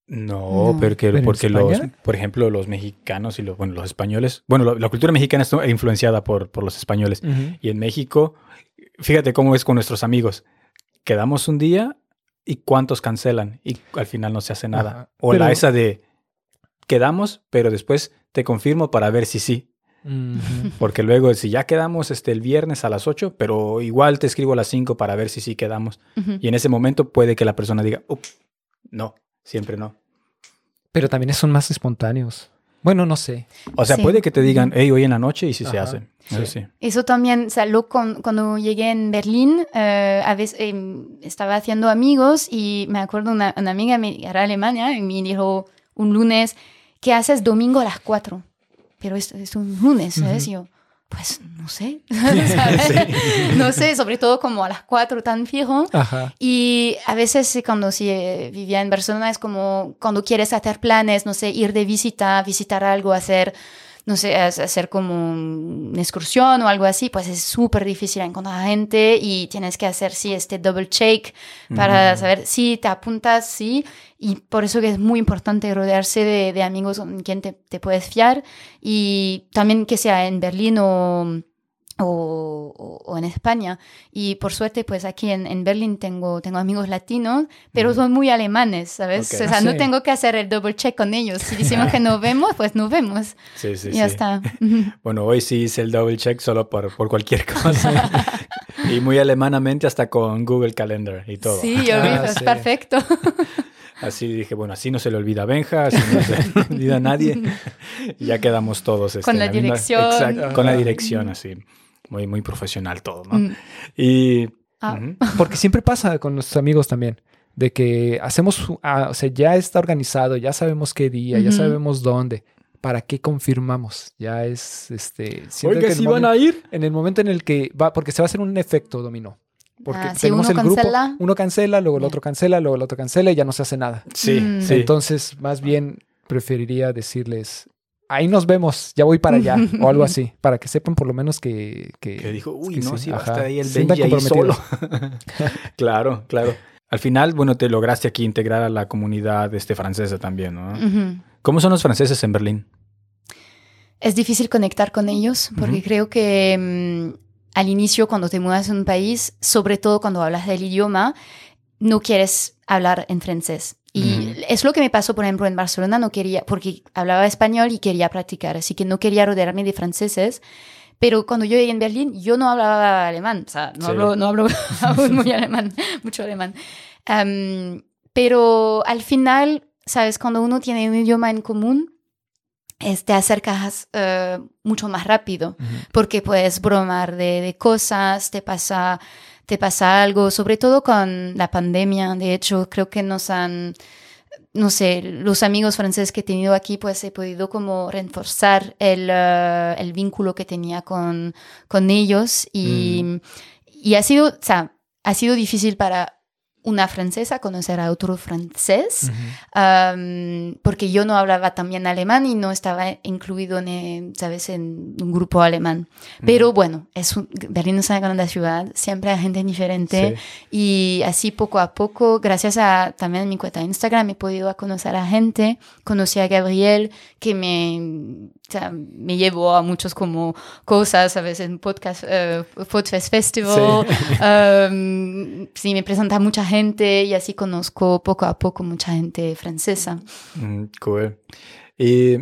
No, No. porque, ¿En porque España? los, por ejemplo, los mexicanos y los, bueno, los españoles, bueno, la, la cultura mexicana está influenciada por, por los españoles. Ujú. Y en México, fíjate cómo es con nuestros amigos. Quedamos un día y cuántos cancelan y al final no se hace nada. Ajá. O Pero- la esa de quedamos, pero después te confirmo para ver si sí. Ujú. Porque luego, si ya quedamos este, el viernes a las ocho, pero igual te escribo a las cinco para ver si sí quedamos. Ujú. Y en ese momento puede que la persona diga, "Up, no, siempre no". Pero también son más espontáneos. Bueno, no sé. O sea, Sí. puede que te digan, hey, hoy en la noche y sí se Ajá, hace. Eso sí. Eso también, o sea, lo con- cuando llegué en Berlín, eh, a veces eh, estaba haciendo amigos y me acuerdo una, una amiga me, era alemana y me dijo un lunes, ¿qué haces domingo a las cuatro? Pero es, es un lunes, ¿sabes? Ujú. Y yo, pues no sé, ¿sabes? No sé, sobre todo como a las cuatro tan fijo. Ajá. Y a veces sí, cuando sí, eh, vivía en Barcelona es como cuando quieres hacer planes, no sé, ir de visita, visitar algo, hacer, no sé, hacer como una excursión o algo así, pues es súper difícil encontrar gente y tienes que hacer, sí, este double check para Ujú. saber si te apuntas, sí. Y por eso que es muy importante rodearse de, de amigos con quien te, te puedes fiar y también que sea en Berlín o... O, o, o en España. Y por suerte, pues aquí en, en Berlín tengo, tengo amigos latinos, pero Ujú. son muy alemanes, ¿sabes? Ok. O sea, Ah, no sí. tengo que hacer el double check con ellos. Si decimos que nos vemos, pues nos vemos. Sí, sí, Y ya sí. está. Bueno, hoy sí hice el double check solo por, por cualquier cosa. Y muy alemanamente hasta con Google Calendar y todo. Sí, yo vi, Ah, pues sí. perfecto. Así dije, bueno, así no se le olvida a Benja, así no se le olvida a nadie. Y ya quedamos todos. este, Con en la misma- dirección. Exacto, con la Ajá. dirección, así. Muy, muy profesional todo, ¿no? Mm. Y... Ah. ujú. Porque siempre pasa con nuestros amigos también. De que hacemos, ah, o sea, ya está organizado, ya sabemos qué día, ya Ujú. sabemos dónde. ¿Para qué confirmamos? Ya es, este... siento Oiga, que en ¿sí el van a momento- ir? En el momento en el que va, porque se va a hacer un efecto dominó. Porque Ah, si tenemos uno el grupo, cancela. uno cancela, luego el Ya. otro cancela, luego el otro cancela y ya no se hace nada. Sí, Mm. sí. Entonces, más bien preferiría decirles, ahí nos vemos, ya voy para allá, o algo así, para que sepan por lo menos que... Que, Que dijo, uy, que no, sí, sí, va a ajá, estar ahí el se sientan Benji ahí solo. comprometidos. Claro, claro. Al final, bueno, te lograste aquí integrar a la comunidad este, francesa también, ¿no? Ujú. ¿Cómo son los franceses en Berlín? Es difícil conectar con ellos porque Ujú. creo que mm, al inicio cuando te mudas a un país, sobre todo cuando hablas del idioma, no quieres hablar en francés. Y Ujú. es lo que me pasó, por ejemplo, en Barcelona, no quería, porque hablaba español y quería practicar, así que no quería rodearme de franceses. Pero cuando yo llegué en Berlín, yo no hablaba alemán, o sea, no Sí. hablo, no hablo aún muy alemán, mucho alemán. Am, pero al final, ¿sabes? Cuando uno tiene un idioma en común, es- te acercas eh, mucho más rápido, Ujú. porque puedes bromar de, de cosas, te pasa, te pasa algo, sobre todo con la pandemia. De hecho, creo que nos han, no sé, los amigos franceses que he tenido aquí, pues he podido como reforzar el, eh, el vínculo que tenía con, con ellos y, y ha sido, o sea, ha sido difícil para una francesa conocer a otro francés, Ujú. um, porque yo no hablaba también alemán y no estaba incluido en, eh, ¿sabes? en un grupo alemán. Pero bueno, es un, Berlín es una gran ciudad, siempre hay gente diferente y así poco a poco, gracias a también a mi cuenta de Instagram, he podido conocer a gente. Conocí a Gabriel, que me, o sea, me llevó a muchos como cosas, a veces en podcast, uh, Podfest Festival. Um, sí, me presenta mucha gente y así conozco poco a poco mucha gente francesa. Mm, cool. ¿Y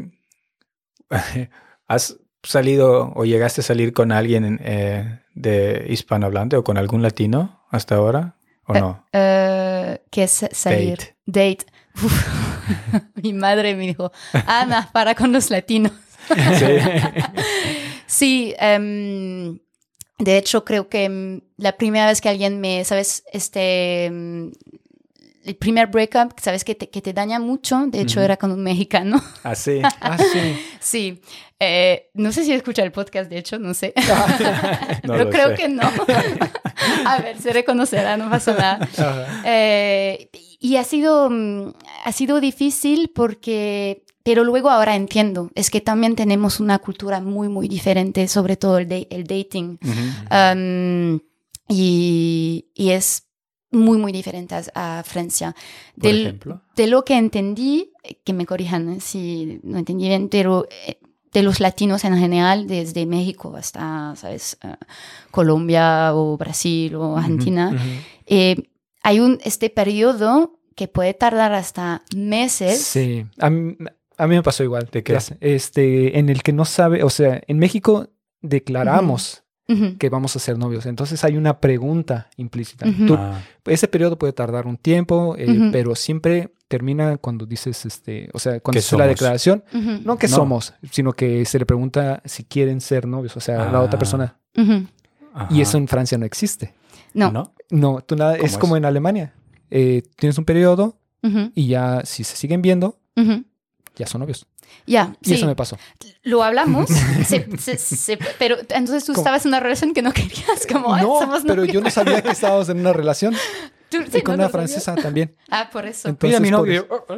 has salido o llegaste a salir con alguien eh, de hispanohablante o con algún latino hasta ahora o no? Uh, ¿Qué es salir? Date. Date. Uf. Mi madre me dijo, Ana, para con los latinos. Sí. Sí, um, de hecho creo que um, la primera vez que alguien me, ¿sabes? Este, um, el primer breakup, ¿sabes? Que te, que te daña mucho, de hecho Ujú. era con un mexicano. Ah, sí. Ah, sí. Sí, eh, no sé si escucha el podcast, de hecho, no sé. No Pero lo creo sé. que no. A ver, se reconocerá, no pasa nada. Ajá. Eh, y ha sido, mm, ha sido difícil porque, pero luego ahora entiendo, es que también tenemos una cultura muy, muy diferente, sobre todo el, da- el dating. Ujú. Um, y, y es, muy, muy diferentes a Francia. Por Del, ejemplo. De lo que entendí, que me corrijan ¿eh? si no entendí bien, pero de los latinos en general, desde México hasta, ¿sabes? Uh, Colombia o Brasil o Argentina, Uh-huh, uh-huh. Eh, hay un, este periodo que puede tardar hasta meses. Sí, a mí, a mí me pasó igual. ¿De qué? Este, en el que no sabe, o sea, en México declaramos Uh-huh. que vamos a ser novios. Entonces hay una pregunta implícita. Uh-huh. Tú, Ah, ese periodo puede tardar un tiempo, eh, Uh-huh. pero siempre termina cuando dices, este, o sea, cuando ¿Qué hace la somos? declaración, Uh-huh. no que No. somos, sino que se le pregunta si quieren ser novios, o sea, la Ah. otra persona. Uh-huh. ajá. Y eso en Francia no existe. No. ¿No? No, tú nada, ¿Cómo es es? como en Alemania. Eh, tienes un periodo Uh-huh. y ya si se siguen viendo, Uh-huh. ya son novios. Ya, Y sí. eso me pasó. Lo hablamos, se- se- se- pero entonces tú ¿Cómo? estabas en una relación que no querías, como, "Ay, No, somos pero novios". yo no sabía que estábamos en una relación. Tú- Y sí, con no una lo sabías. francesa también. Ah, por eso. Entonces, Mira mi por novio. eso-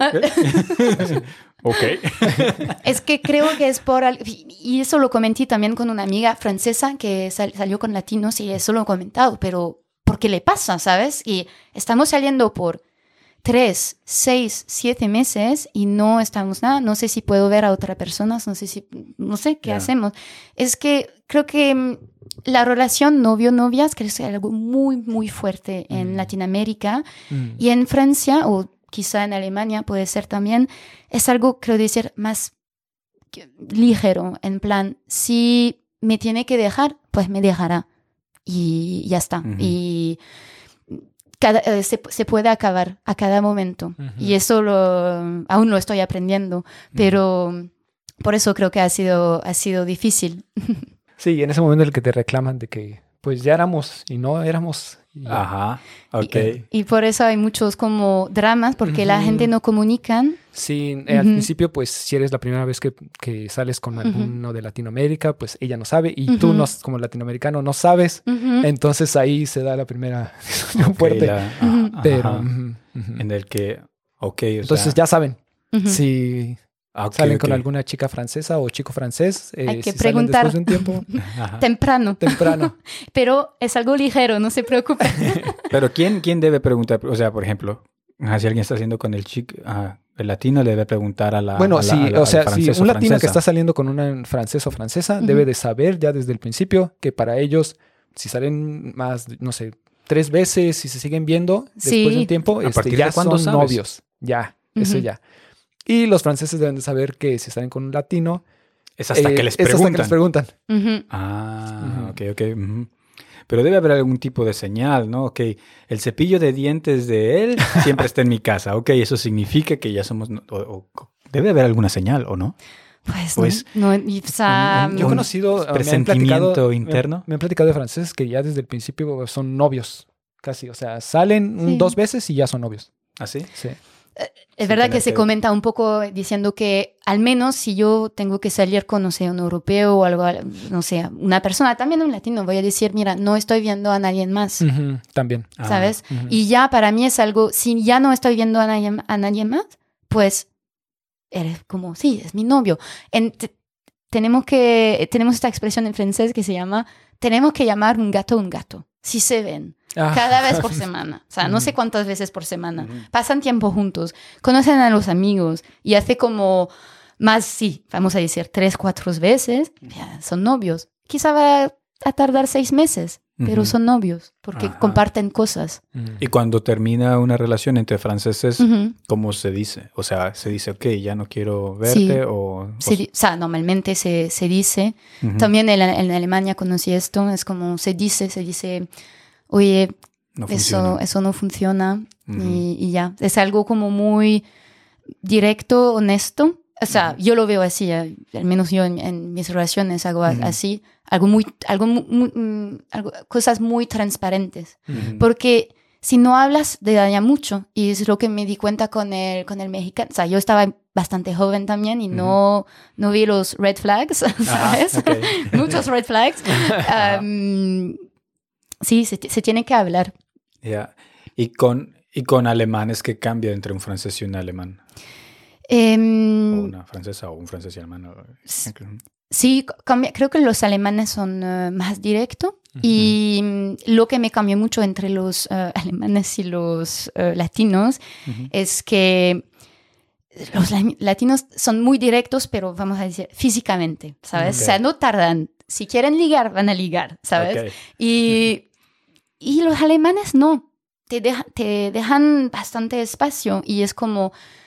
Oh, ok. Es que creo que es por... al- Y eso lo comenté también con una amiga francesa que sal- salió con latinos y eso lo he comentado, pero ¿por qué le pasa, sabes? Y estamos saliendo por tres, seis, siete meses y no estamos nada. No sé si puedo ver a otra persona, no sé si... No sé qué Ya. hacemos. Es que creo que mm, la relación novio-novias creo que es algo muy, muy fuerte en Mm. Latinoamérica. Mm. Y en Francia, o quizá en Alemania puede ser también, es algo, creo decir, más que- ligero. En plan, si me tiene que dejar, pues me dejará. Y ya está. Ujú. Y cada, eh, se, se puede acabar a cada momento. Ujú. Y eso lo, aún lo estoy aprendiendo. Pero por eso creo que ha sido, ha sido difícil. Sí, en ese momento en el que te reclaman de que pues ya éramos y no éramos. y ya. Ajá. Ok. Y por eso hay muchos como dramas, porque la Ujú. gente no comunican. Sí, eh, al Ujú. principio, pues si eres la primera vez que, que sales con Ujú. alguno de Latinoamérica, pues ella no sabe y Ujú. tú no, como latinoamericano no sabes. Ujú. Entonces ahí se da la primera discusión Ok, fuerte. la- Ujú. ajá. Pero, ujú, ujú. En el que, ok, o Entonces sea, ya saben, Ujú. si ah, ok, salen ok. con alguna chica francesa o chico francés, eh, Hay que si preguntar. salen después de un tiempo, Ajá. Temprano. temprano. Pero es algo ligero, no se preocupe. Pero ¿quién, quién debe preguntar? O sea, por ejemplo, ajá, si alguien está haciendo con el chico, ajá, el latino le debe preguntar a la Bueno, a la- sí, a la- o al sea, si francés un o latino que francesa. está saliendo con una francés o francesa Ujú. debe de saber ya desde el principio que para ellos, si salen más, no sé, tres veces, si se siguen viendo después Sí. de un tiempo, ¿A este, partir ya de cuándo son sabes? novios. Ya, eso Ujú. ya. Y los franceses deben de saber que si salen con un latino, Es hasta eh, que les es hasta preguntan. que les preguntan. Ujú. Ah, Ujú. ok, ok. Ujú. Pero debe haber algún tipo de señal, ¿no? Ok, el cepillo de dientes de él siempre está en mi casa. Ok, eso significa que ya somos... no- o- o- debe haber alguna señal, ¿o no? Pues, Pues, no, no, y, o sea, un- Yo he un conocido, me han presentimiento platicado- interno. Me, me han platicado de franceses que ya desde el principio son novios, casi. O sea, salen un- Sí. dos veces y ya son novios. ¿Así? Sí. es sin verdad que tener se que- comenta un poco diciendo que al menos si yo tengo que salir con, no sé, un europeo o algo, no sé, una persona, también un latino, voy a decir, mira, no estoy viendo a nadie más, Ujú, también. Ah, ¿sabes? ujú. Y ya para mí es algo, si ya no estoy viendo a nadie, a nadie más, pues eres como, sí, es mi novio. En- te- tenemos que, tenemos esta expresión en francés que se llama, tenemos que llamar un gato un gato, si se ven. Ah. Cada vez por semana. O sea, no sé Ujú. cuántas veces por semana. Ujú. Pasan tiempo juntos, conocen a los amigos y hace como más, sí, vamos a decir, tres, cuatro veces, ya, son novios. Quizá va a tardar seis meses, pero Ujú. son novios porque Ajá. comparten cosas. Mm. Y cuando termina una relación entre franceses, Ujú. ¿cómo se dice? O sea, se dice, ok, ya no quiero Sí. verte o... Se di- o sea, normalmente se, se dice. Ujú. También en, en Alemania conocí esto, es como se dice, se dice, oye, No eso, funciona. eso no funciona Ujú. y, y ya. Es algo como muy directo, honesto. O sea, Ujú. yo lo veo así, eh, al menos yo en, en mis relaciones hago a- Ujú. así, algo muy, algo, mu- mu- mm, algo- cosas muy transparentes. Ujú. Porque si no hablas, te daña mucho. Y es lo que me di cuenta con el, con el mexicano. O sea, yo estaba bastante joven también y no, no vi los red flags, ¿sabes? ok. Muchos red flags. Um, sí, se, se tiene que hablar. Ya. Y con, y con alemanes, ¿qué cambia entre un francés y un alemán? Em, O una francesa o un francés y alemán. o- Sí, cambia. Creo que los alemanes son eh, más directos Uh-huh. Y um, lo que me cambió mucho entre los uh, alemanes y los uh, latinos uh-huh. es que los latinos son muy directos, pero vamos a decir físicamente, ¿sabes? Okay. O sea, no tardan. Si quieren ligar, van a ligar, ¿sabes? Okay. Y, y los alemanes no. Te, deja, te dejan bastante espacio y es como...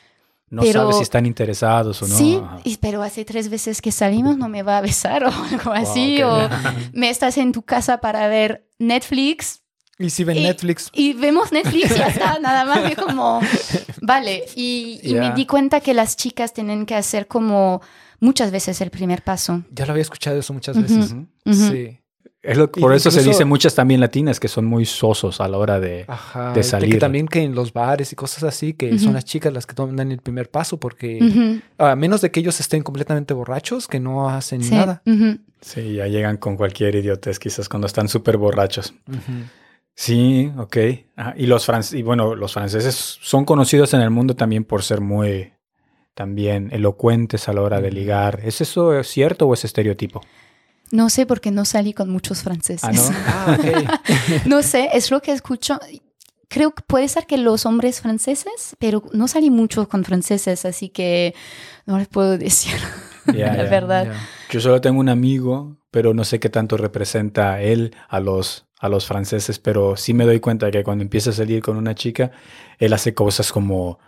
No pero, sabes si están interesados o no. Sí, y, pero hace tres veces que salimos no me va a besar o algo así. Wow, okay. O me estás en tu casa para ver Netflix. Y si ven y, Netflix. Y vemos Netflix y ya está, nada más. Y como, vale. Y, y yeah. me di cuenta que las chicas tienen que hacer como muchas veces el primer paso. Ya lo había escuchado eso muchas veces. Uh-huh. Uh-huh. Sí. Es lo, por eso incluso, se dice muchas también latinas que son muy sosos a la hora de, ajá, de salir. De que también que en los bares y cosas así, que uh-huh. son las chicas las que toman el primer paso porque uh-huh. a menos de que ellos estén completamente borrachos, que no hacen sí. nada. Uh-huh. Sí, ya llegan con cualquier idiotez quizás cuando están súper borrachos. Uh-huh. Sí, ok. Ajá. Y, los france- y bueno, los franceses son conocidos en el mundo también por ser muy también elocuentes a la hora de ligar. ¿Es eso cierto o es estereotipo? No sé porque no salí con muchos franceses. Ah, ¿no? Ah, okay. No sé, es lo que escucho. Creo que puede ser que los hombres franceses, pero no salí mucho con franceses, así que no les puedo decir yeah, la yeah, verdad. Yeah. Yo solo tengo un amigo, pero no sé qué tanto representa él a los, a los franceses, pero sí me doy cuenta que cuando empieza a salir con una chica, él hace cosas como...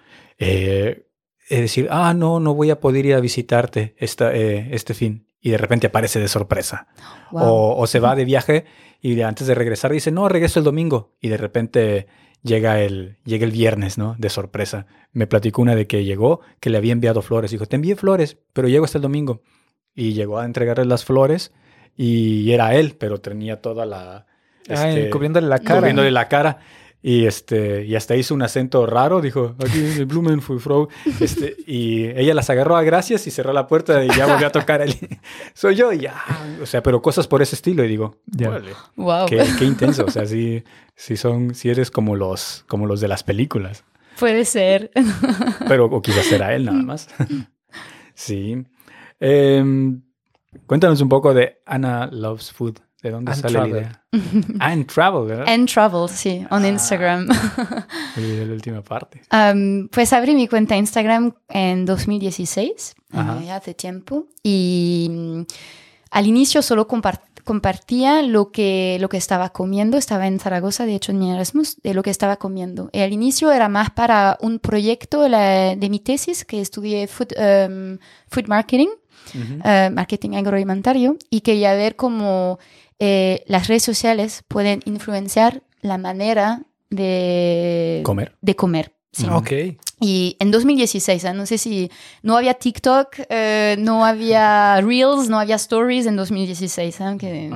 Eh, es decir, ah, no, no voy a poder ir a visitarte esta, eh, este fin. Y de repente aparece de sorpresa. Wow. O, o se va de viaje y antes de regresar dice, no, regreso el domingo. Y de repente llega el, llega el viernes, ¿no? De sorpresa. Me platicó una de que llegó, que le había enviado flores. Dijo, te envié flores, pero llego hasta el domingo. Y llegó a entregarle las flores y era él, pero tenía toda la... Este, ah, cubriéndole la cara. Cubriéndole la cara. Y este y hasta hizo un acento raro, dijo, aquí el Blumen fue Frau. Este, y ella las agarró a gracias y cerró la puerta y ya volvió a tocar él. Soy yo y ya. O sea, pero cosas por ese estilo. Y digo, yeah. Wow. Qué, qué intenso. O sea, sí, sí son, sí eres como los, como los de las películas. Puede ser. Pero, o quizás era él nada más. Sí. Eh, cuéntanos un poco de Anna Loves Food. ¿De dónde and sale travel. la idea? And Travel, ¿verdad? And Travel, sí, on ah, Instagram. Olvidé la última parte. Um, pues abrí mi cuenta Instagram en dos mil dieciséis, eh, hace tiempo. Y um, al inicio solo compart- compartía lo que, lo que estaba comiendo. Estaba en Zaragoza, de hecho, en mi Erasmus, de lo que estaba comiendo. Y al inicio era más para un proyecto la, de mi tesis, que estudié food, um, food marketing, uh-huh. uh, marketing agroalimentario, y quería ver cómo... Eh, las redes sociales pueden influenciar la manera de comer. De comer sí. Okay. Y en dos mil dieciséis, ¿eh? No sé si... No había TikTok, eh, no había Reels, no había Stories en dos mil dieciséis. ¿eh? Que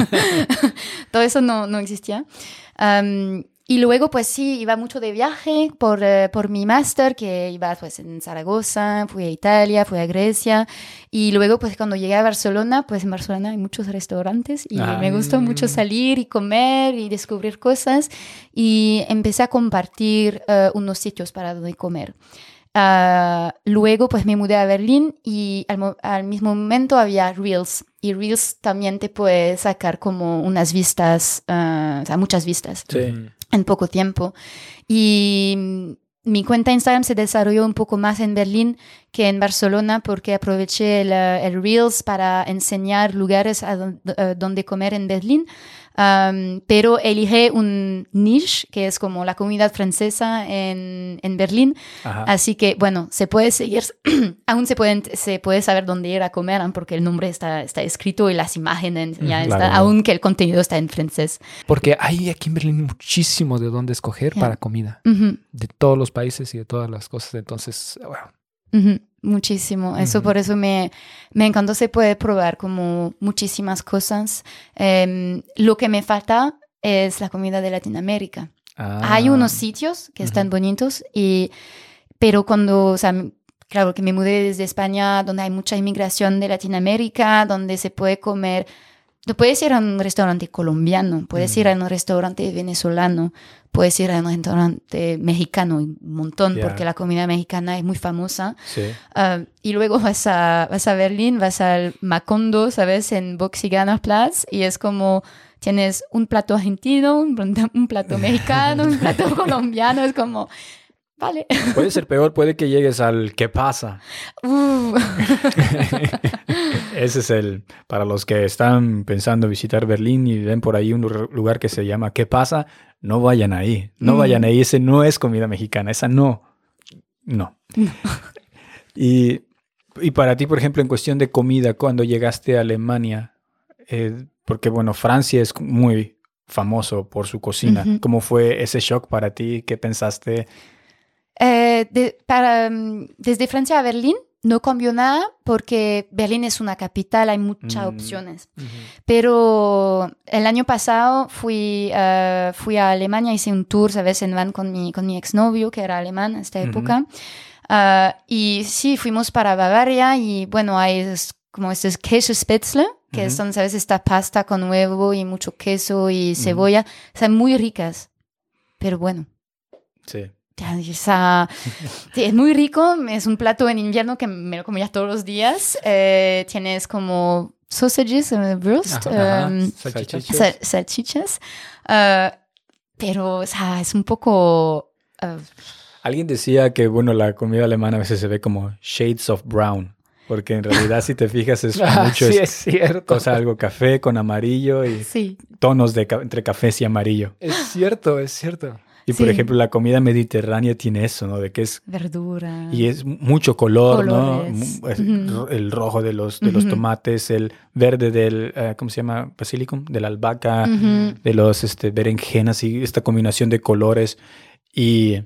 todo eso no, no existía. Um, y luego, pues sí, iba mucho de viaje por, uh, por mi máster, que iba pues en Zaragoza, fui a Italia, fui a Grecia. Y luego, pues cuando llegué a Barcelona, pues en Barcelona hay muchos restaurantes y ah. me gustó mucho salir y comer y descubrir cosas. Y empecé a compartir uh, unos sitios para donde comer. Uh, luego, pues me mudé a Berlín y al, mo- al mismo momento había Reels. Y Reels también te puede sacar como unas vistas, uh, o sea, muchas vistas. Sí. En poco tiempo. Y mi cuenta Instagram se desarrolló un poco más en Berlín que en Barcelona porque aproveché el, el Reels para enseñar lugares a don, a donde comer en Berlín. Um, pero elige un niche que es como la comunidad francesa en, en Berlín. Ajá. Así que, bueno, se puede seguir, aún se, pueden, se puede saber dónde ir a comer, ¿eh? Porque el nombre está, está escrito y las imágenes ya claro. están, aunque el contenido está en francés. Porque hay aquí en Berlín muchísimo de dónde escoger yeah. para comida. Uh-huh. De todos los países y de todas las cosas. Entonces, wow. Uh-huh. Muchísimo. Eso uh-huh. por eso me, me encantó. Se puede probar como muchísimas cosas. Um, lo que me falta es la comida de Latinoamérica. Ah. Hay unos sitios que están uh-huh. bonitos, y, pero cuando, o sea, claro que me mudé desde España, donde hay mucha inmigración de Latinoamérica, donde se puede comer. No puedes ir a un restaurante colombiano, puedes uh-huh. ir a un restaurante venezolano, puedes ir a un restaurante mexicano, un montón, yeah. porque la comida mexicana es muy famosa. Sí. Uh, y luego vas a, vas a Berlín, vas al Macondo, ¿sabes? En Boxiganer Platz, y es como tienes un plato argentino, un, un plato mexicano, un plato colombiano, es como, vale. Puede ser peor, puede que llegues al ¿qué pasa? Uh. Ese es el, para los que están pensando visitar Berlín y ven por ahí un lugar que se llama ¿qué pasa? No vayan ahí, no mm. vayan ahí, ese no es comida mexicana, esa no, no. no. Y, y para ti, por ejemplo, en cuestión de comida, cuando llegaste a Alemania, eh, porque bueno, Francia es muy famoso por su cocina, uh-huh. ¿Cómo fue ese shock para ti? ¿Qué pensaste? Eh, de, para, desde Francia a Berlín no cambió nada porque Berlín es una capital, hay muchas mm. opciones. Uh-huh. Pero el año pasado fui, uh, fui a Alemania, hice un tour, ¿sabes? En van con mi, con mi exnovio, que era alemán en esta uh-huh. época. Uh, y sí, fuimos para Bavaria y bueno, hay es, como estos Käsespätzle, que uh-huh. son, ¿sabes? Esta pasta con huevo y mucho queso y cebolla. Uh-huh. Son muy ricas, pero bueno. Sí. Esa, sí, es muy rico, es un plato en invierno que me lo comía todos los días. Eh, tienes como sausages, uh, Wurst, ajá, um, ajá. Salchichas, sal, salchichas. Uh, pero o sea, es un poco... Uh, Alguien decía que bueno, la comida alemana a veces se ve como shades of brown, porque en realidad si te fijas es mucho sí, es, es cierto. Cosa algo café con amarillo y sí. tonos de entre cafés y amarillo. Es cierto, es cierto. Y por sí. ejemplo, la comida mediterránea tiene eso, ¿no? De que es... verdura. Y es mucho color, colores. ¿no? El, uh-huh. el rojo de los, de uh-huh. los tomates, el verde del, uh, ¿cómo se llama? Basilicum, de la albahaca, uh-huh. de los este, berenjenas y esta combinación de colores. Y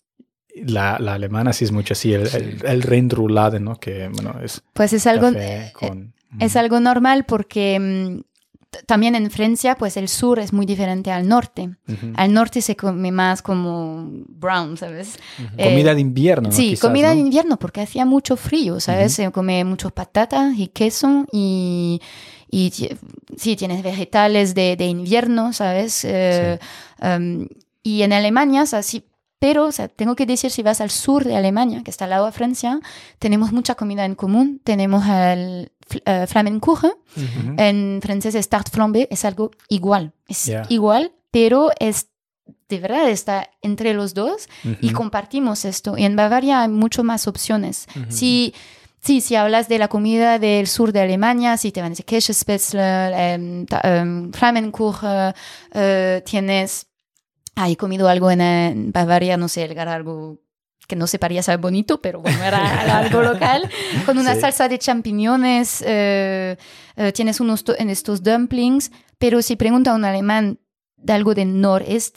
la, la alemana sí es mucho así, el, sí. el, el Rindroulade, ¿no? Que, bueno, es... Pues es algo... Café con, es uh-huh. algo normal porque... Um, también en Francia, pues el sur es muy diferente al norte. Uh-huh. Al norte se come más como brown, ¿sabes? Uh-huh. Eh, comida de invierno, ¿no? Sí, Quizás, comida ¿no? de invierno, porque hacía mucho frío, ¿sabes? Uh-huh. Se come muchas patatas y queso y, y sí, tienes vegetales de, de invierno, ¿sabes? Eh, sí. um, y en Alemania, o sea, sí, pero o sea, tengo que decir, si vas al sur de Alemania, que está al lado de Francia, tenemos mucha comida en común. Tenemos el Uh, Flammkuchen, uh-huh. en francés es tarte flambée, es algo igual, es yeah. igual, pero es de verdad está entre los dos uh-huh. y compartimos esto. Y en Bavaria hay mucho más opciones. Uh-huh. Si, sí, si hablas de la comida del sur de Alemania, si te van a decir Käsespätzle, um, um, Flammkuchen, uh, tienes, ah, he comido algo en, en Bavaria, no sé, algo que no se parecía ser bonito, pero bueno, era algo local, con una sí. salsa de champiñones, eh, eh, tienes unos to- en estos dumplings, pero si pregunta a un alemán de algo del noreste,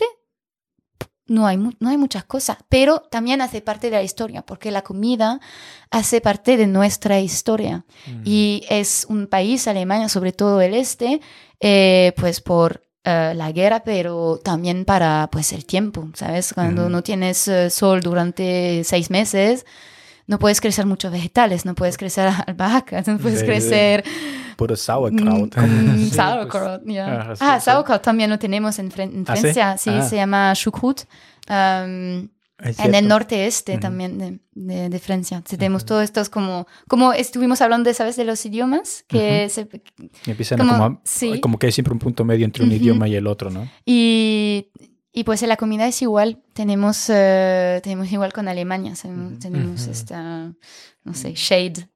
no hay, mu- no hay muchas cosas, pero también hace parte de la historia, porque la comida hace parte de nuestra historia. Mm. Y es un país, Alemania, sobre todo el este, eh, pues por... Uh, la guerra, pero también para pues el tiempo, ¿sabes? Cuando uh-huh. no tienes uh, sol durante seis meses, no puedes crecer muchos vegetales, no puedes crecer albahaca, no puedes sí, crecer... Puro sauerkraut. Mm, sí, sauerkraut, pues, yeah. Ah, ah sauerkraut también lo tenemos en, Fren- en Francia, ¿Ah, sí, sí ah. se llama choucroute. Um, en el norte-este uh-huh. también de, de, de Francia. Uh-huh. Tenemos todos estos como... Como estuvimos hablando, ¿sabes? De los idiomas. Que uh-huh. se, y empiezan como, a como, sí. como que hay siempre un punto medio entre un uh-huh. idioma y el otro, ¿no? Y, y pues la comida es igual. Tenemos, uh, tenemos igual con Alemania. Uh-huh. Tenemos uh-huh. esta, no sé, shade.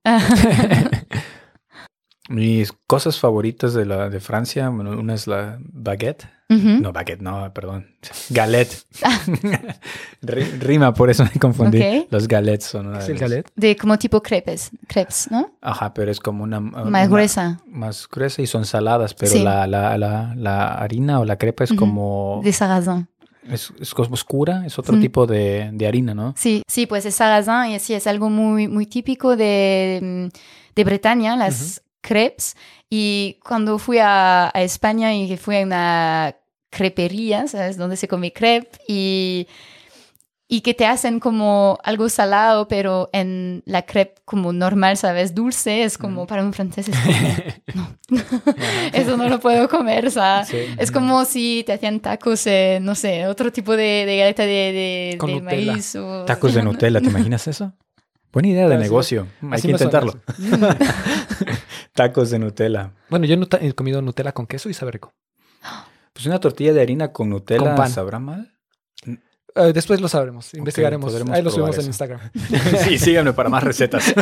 Mis cosas favoritas de, la, de Francia, bueno, una es la baguette. Uh-huh. No, baguette, no, perdón. Galette. Ah. Rima, por eso me confundí. Okay. Los galettes son una ¿Es de el los... galette? De como tipo crepes, crepes, ¿no? Ajá, pero es como una... Más una, gruesa. Más gruesa y son saladas, pero sí. la, la, la, la harina o la crepa es uh-huh. como... De sarrasin. Es, es oscura, es otro mm. tipo de, de harina, ¿no? Sí, sí, pues es sarrasin y así es algo muy, muy típico de, de Bretaña, las... Uh-huh. crepes, y cuando fui a, a España y fui a una crepería, ¿sabes? Donde se come crepe y, y que te hacen como algo salado, pero en la crepe como normal, ¿sabes? Dulce, es como, mm. para un francés es como, no, eso no lo puedo comer, o sea, sí. es como si te hacían tacos, eh, no sé, otro tipo de, de galleta de, de, de maíz. O, tacos de Nutella, ¿te imaginas eso? Buena idea de negocio, hay Así que intentarlo. Tacos de Nutella. Bueno, yo he comido Nutella con queso y sabe rico. Pues una tortilla de harina con Nutella, Con pan. ¿sabrá mal? Uh, después lo sabremos, investigaremos. podremos Ahí lo probar subimos en eso. Instagram. Sí, síganme para más recetas.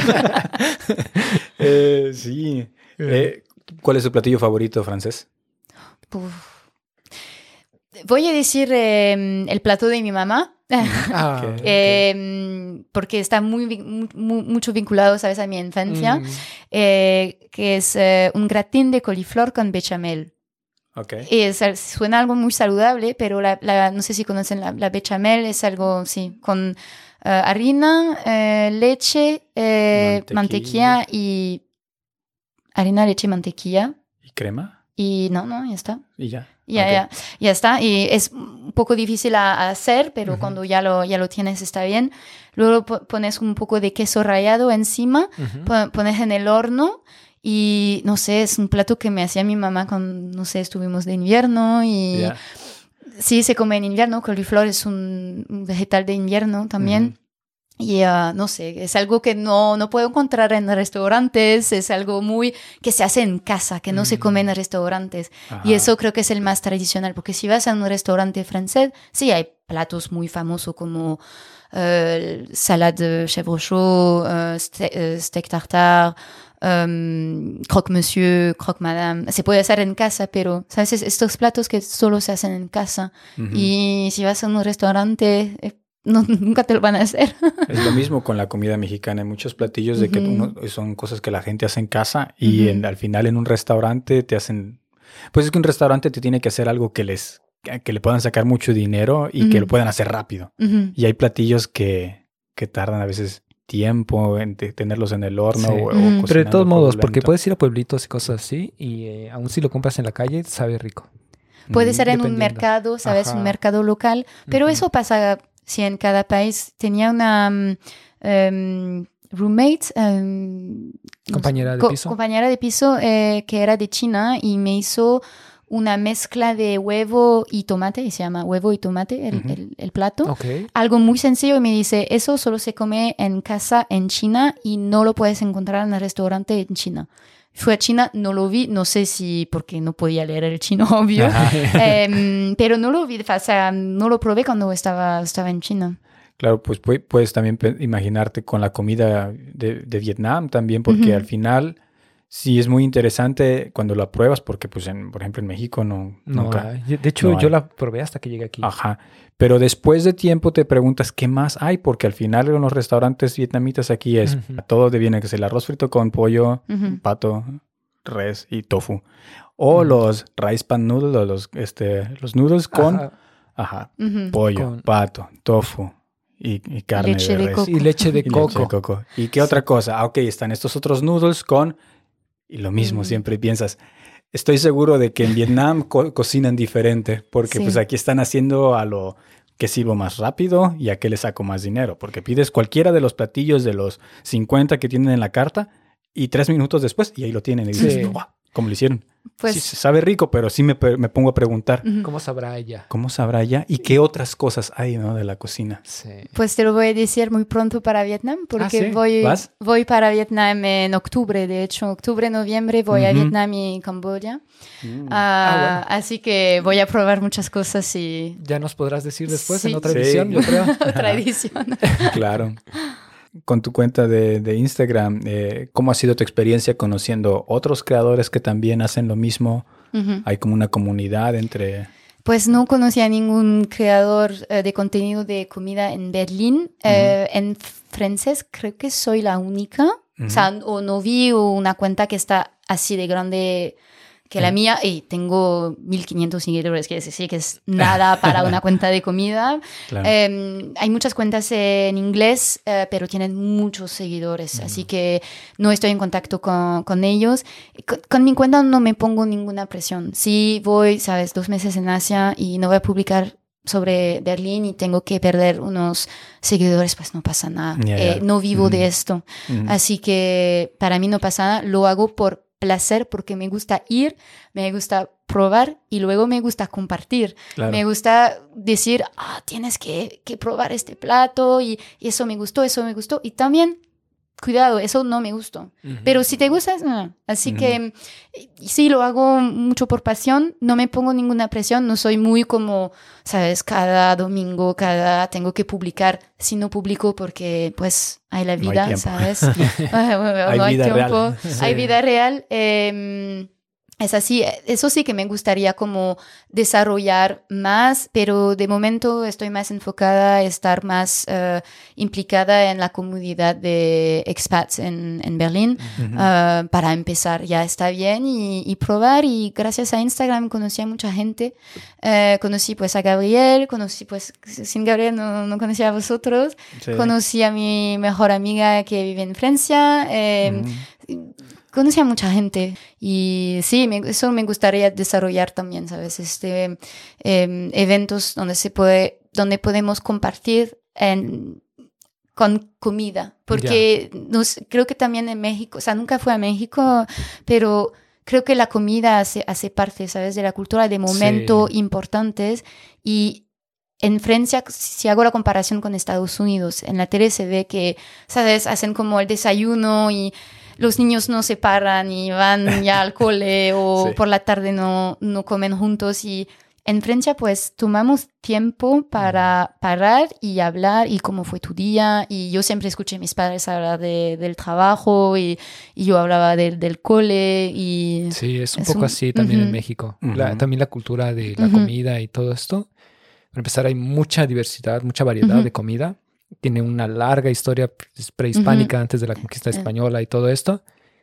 eh, sí. Eh, ¿Cuál es su platillo favorito, Frances? Uf. Voy a decir eh, el plato de mi mamá. Ah, Ok. ok. Eh, porque está muy, vin- mu- mucho vinculado, ¿sabes?, a mi infancia, Mm, eh, que es eh, un gratín de coliflor con bechamel. Ok. Y es, suena algo muy saludable, pero la, la- no sé si conocen la, la bechamel, es algo, sí, con eh, harina, eh, leche, eh, Mantequilla. mantequilla y... Harina, leche, mantequilla. ¿Y crema? Y no, no, ya está. Y ya. Ya, Ok. ya, ya está. Y es un poco difícil a, a hacer, pero Ujú. cuando ya lo, ya lo tienes está bien. Luego po- pones un poco de queso rallado encima, Ujú. po- pones en el horno y no sé, es un plato que me hacía mi mamá cuando, no sé, estuvimos de invierno y Ya. sí se come en invierno. Coliflor es un, un vegetal de invierno también. Y uh, no sé, es algo que no, no puedo encontrar en restaurantes, es algo muy que se hace en casa, que no se come en restaurantes. Ajá. Y eso creo que es el más tradicional, porque si vas a un restaurante francés, sí hay platos muy famosos como uh, salade de chèvre chaud, uh, ste uh, steak tartare, um, croque monsieur, croque madame. Se puede hacer en casa, pero ¿sabes? Estos platos que solo se hacen en casa. Ujú. Y si vas a un restaurante... Eh, No, nunca te lo van a hacer. Es lo mismo con la comida mexicana. Hay muchos platillos de que Ujú. uno- son cosas que la gente hace en casa y Ujú. en- al final en un restaurante te hacen... Pues es que un restaurante te tiene que hacer algo que les que le puedan sacar mucho dinero y que Ujú. lo puedan hacer rápido. Ujú. Y hay platillos que, que tardan a veces tiempo en te- tenerlos en el horno Sí. o, o Ujú. Pero de cocinando todos a modos, fuego porque lento. puedes ir a pueblitos y cosas así, y eh, aún si lo compras en la calle, sabe rico. Puede Mm, ser en un dependiendo. mercado, ¿sabes? Ajá. Un mercado local. Pero Ujú. eso pasa si en cada país. Tenía una um, um, roommate, um, Compañera de co- piso. compañera de piso eh, que era de China y me hizo una mezcla de huevo y tomate, y se llama huevo y tomate, el, Ujú. el, el plato. Ok. Algo muy sencillo y me dice, eso solo se come en casa en China y no lo puedes encontrar en el restaurante en China. Fui a China, no lo vi, no sé si porque no podía leer el chino, obvio, Em, pero no lo vi, o sea, no lo probé cuando estaba, estaba en China. Claro, pues pu- puedes también pe- imaginarte con la comida de, de Vietnam también, porque Ujú. al final sí es muy interesante cuando la pruebas, porque pues en, por ejemplo en México no, No, nunca. hay. De hecho, no yo hay. la probé hasta que llegué aquí. Ajá. Pero después de tiempo te preguntas qué más hay, porque al final en los restaurantes vietnamitas aquí es Ujú. a todo te viene que es el arroz frito con pollo, Ujú. pato, res y tofu. O Ujú. los rice pan noodles, o los, este, los noodles con Ajá. ajá, Ujú. pollo, Con- pato, tofu y, y carne Leche de de res. coco. Y leche de Y leche coco. de coco. ¿Y qué otra cosa? Ah, ok, están estos otros noodles con... Y lo mismo, Mm. siempre piensas... Estoy seguro de que en Vietnam co- cocinan diferente, porque Sí. pues aquí están haciendo a lo que sirvo más rápido y a qué le saco más dinero, porque pides cualquiera de los platillos de los cincuenta que tienen en la carta y tres minutos después y ahí lo tienen y dices, Sí. "Wow, ¿cómo lo hicieron?" Pues, Sí, se sabe rico, pero sí me, pe- me pongo a preguntar, ujú. ¿Cómo sabrá ella? ¿cómo sabrá ya? ¿Y qué otras cosas hay, ¿no? de la cocina? Sí. Pues te lo voy a decir muy pronto para Vietnam, porque Ah, ¿sí? voy, ¿Vas? voy para Vietnam en octubre, de hecho, octubre, noviembre voy a Ujú. Vietnam y Camboya. Mm. Ah, Ah, Así que voy a probar muchas cosas y Ya nos podrás decir después Sí. en otra Sí. edición, yo creo. otra edición. Claro. Con tu cuenta de, de Instagram, eh, ¿cómo ha sido tu experiencia conociendo otros creadores que también hacen lo mismo? Ujú. Hay como una comunidad entre... Pues no conocía a ningún creador eh, de contenido de comida en Berlín. Eh, en francés creo que soy la única. Ujú. O sea, o no vi una cuenta que está así de grande que la Sí. mía, y tengo mil quinientos seguidores, que es, sí, que es nada para una cuenta de comida. Claro. Eh, hay muchas cuentas en inglés, eh, pero tienen muchos seguidores, así que no estoy en contacto con, con ellos. Con, con mi cuenta no me pongo ninguna presión. Si voy, sabes, dos meses en Asia y no voy a publicar sobre Berlín y tengo que perder unos seguidores, pues no pasa nada. Ya, Eh, ya. no vivo Ujú. de esto. Ujú. Así que para mí no pasa nada, lo hago por placer, porque me gusta ir, me gusta probar y luego me gusta compartir. Claro. Me gusta decir, ah, tienes que, que probar este plato y, y eso me gustó, eso me gustó. Y también cuidado, eso no me gustó. Uh-huh. Pero si te gusta, no. Así uh-huh. que sí, lo hago mucho por pasión, no me pongo ninguna presión, no soy muy como, sabes, cada domingo, cada tengo que publicar. Si no publico porque pues hay la vida, no hay ¿sabes? hay no hay vida tiempo, real. Sí. Hay vida real. Eh, Es así, eso sí que me gustaría como desarrollar más, pero de momento estoy más enfocada a estar más uh, implicada en la comunidad de expats en, en Berlín. Uh-huh. uh, para empezar ya está bien y, y probar, y gracias a Instagram conocí a mucha gente. Uh, conocí pues a Gabriel, conocí pues, sin Gabriel no, no conocí a vosotros, sí. Conocí a mi mejor amiga que vive en Francia. Eh, uh-huh. Conocí a mucha gente y sí, me, eso me gustaría desarrollar también, ¿sabes? Este, eh, eventos donde se puede, donde podemos compartir en, con comida, porque yeah. nos, creo que también en México, o sea, nunca fui a México, pero creo que la comida hace, hace parte, ¿sabes? De la cultura de momentos sí. importantes. Y en Francia, si hago la comparación con Estados Unidos, en la tele se ve que, ¿sabes? Hacen como el desayuno y los niños no se paran y van ya al cole o sí. por la tarde no, no comen juntos. Y en Francia, pues, tomamos tiempo para parar y hablar y cómo fue tu día. Y yo siempre escuché a mis padres hablar de, del trabajo y, y yo hablaba de, del cole. Y sí, es un es poco un, así también uh-huh. en México. Uh-huh. La, también la cultura de la uh-huh. comida y todo esto. Para empezar, hay mucha diversidad, mucha variedad uh-huh. de comida. Tiene una larga historia prehispánica uh-huh. antes de la conquista española y todo esto.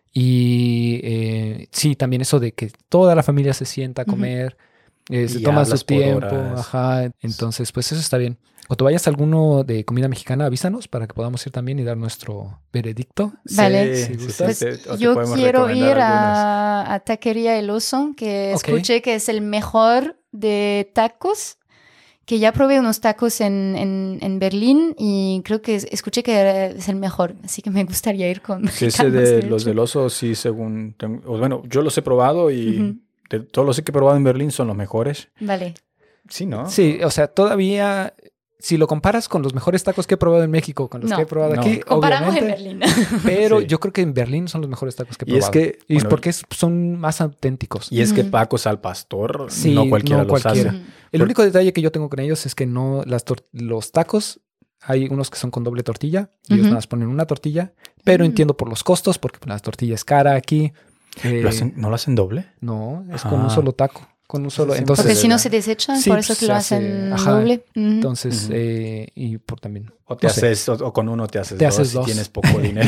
Y eh, sí, también eso de que toda la familia se sienta a comer, uh-huh. eh, se toma su tiempo. Ajá. Entonces, pues eso está bien. Cuando vayas a alguno de comida mexicana, avísanos para que podamos ir también y dar nuestro veredicto. Vale. Si sí, pues te, yo quiero ir a, a Taquería El Oso, que okay. escuché que es el mejor de tacos. Que ya probé unos tacos en, en, en Berlín y creo que escuché que es el mejor, así que me gustaría ir con... Sí, ese de, de los del Oso, sí, según... Tengo, bueno, yo los he probado y uh-huh. de todos los que he probado en Berlín son los mejores. Vale. Sí, ¿no? Sí, o sea, todavía... Si lo comparas con los mejores tacos que he probado en México, con los no, que he probado no. aquí, comparamos obviamente, en Berlín. Pero sí. yo creo que en Berlín son los mejores tacos que he probado. Y es que... Y bueno, es porque es, son más auténticos. Y es uh-huh. que tacos al pastor, sí, no cualquiera no los cualquiera. hace. Uh-huh. El único detalle que yo tengo con ellos es que no las tor- los tacos, hay unos que son con doble tortilla, y uh-huh. ellos nada más ponen una tortilla, pero uh-huh. entiendo por los costos, porque la tortilla es cara aquí. Eh, ¿Lo hacen, ¿No lo hacen doble? No, es ah. con un solo taco. Con un solo, entonces, porque si no se desechan, sí, por eso que lo hacen hace, doble. Uh-huh. Entonces, uh-huh. eh, y por también. O te no haces, sé. o, o con uno te haces te dos, haces si dos. tienes poco dinero.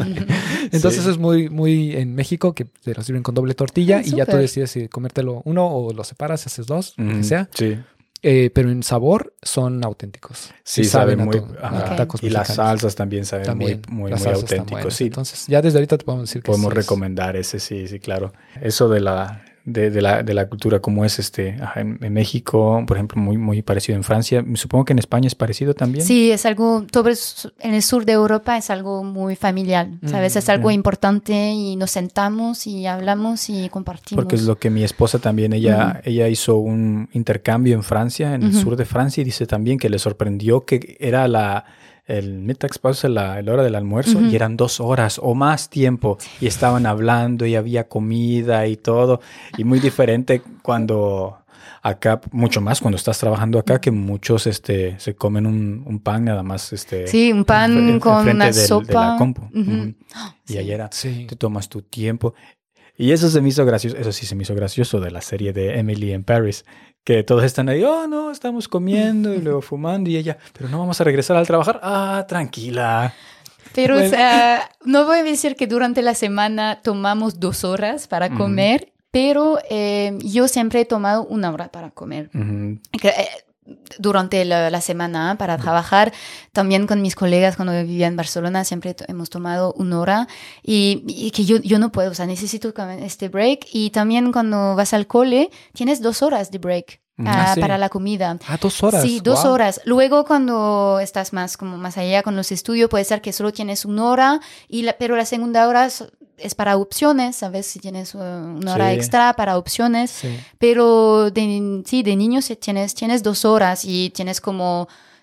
Entonces sí. es muy, muy en México que te lo sirven con doble tortilla ah, y super. Ya tú decides si comértelo uno o lo separas, haces dos, uh-huh. lo que sea. Sí. Eh, pero en sabor son auténticos. Sí, y saben, saben muy... todo, okay. tacos y mexicanos. Las salsas también saben también, muy, muy, muy auténticos. Sí. Entonces, ya desde ahorita te podemos decir que podemos sí recomendar es... ese, sí, sí, claro. Eso de la... De, de, la, de la cultura como es este ajá, en, en México, por ejemplo, muy, muy parecido en Francia. Supongo que en España es parecido también. Sí, es algo, todo en el sur de Europa es algo muy familiar, ¿sabes? Mm, es algo yeah. importante y nos sentamos y hablamos y compartimos. Porque es lo que mi esposa también, ella, uh-huh. ella hizo un intercambio en Francia, en uh-huh. el sur de Francia, y dice también que le sorprendió que era la... el Mittagspause, la, la hora del almuerzo, uh-huh. y eran dos horas o más tiempo, y estaban hablando y había comida y todo, y muy diferente cuando acá, mucho más cuando estás trabajando acá, que muchos este, se comen un, un pan nada más. Este, sí, un pan en, con una del, sopa. De la compu. Uh-huh. Uh-huh. Y sí. ayer sí. te tomas tu tiempo. Y eso se me hizo gracioso, eso sí se me hizo gracioso de la serie de Emily in Paris, que todos están ahí, oh no, estamos comiendo y luego fumando, y ella, pero no vamos a regresar al trabajar. Ah, tranquila. Pero bueno. o sea, no voy a decir que durante la semana tomamos dos horas para uh-huh. comer, pero eh, yo siempre he tomado una hora para comer. Uh-huh. Que, eh, durante la, la semana para trabajar, también con mis colegas cuando vivía en Barcelona siempre to- hemos tomado una hora y, y que yo, yo no puedo, o sea, necesito este break. Y también cuando vas al cole tienes dos horas de break. Ah, ah, sí. Para la comida. Ah, dos horas. Sí, dos wow. horas. Luego cuando estás más como más allá con los estudios, puede ser que solo tienes una hora, y la, pero la segunda hora es para opciones, ¿sabes? Si tienes una hora sí. extra para opciones. Sí. Pero de, sí, de niños tienes, tienes dos horas y tienes como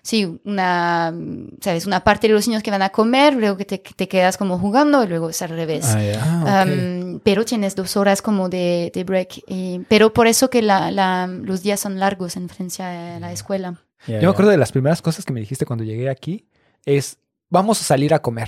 sí, una, ¿sabes? Una parte de los niños que van a comer, luego que te, te quedas como jugando y luego es al revés. Ah, yeah. Ah, ok. Um, pero tienes dos horas como de, de break. Y, pero por eso que la, la, los días son largos en Francia, en la escuela. Yeah, Yo yeah. me acuerdo de las primeras cosas que me dijiste cuando llegué aquí, es, vamos a salir a comer.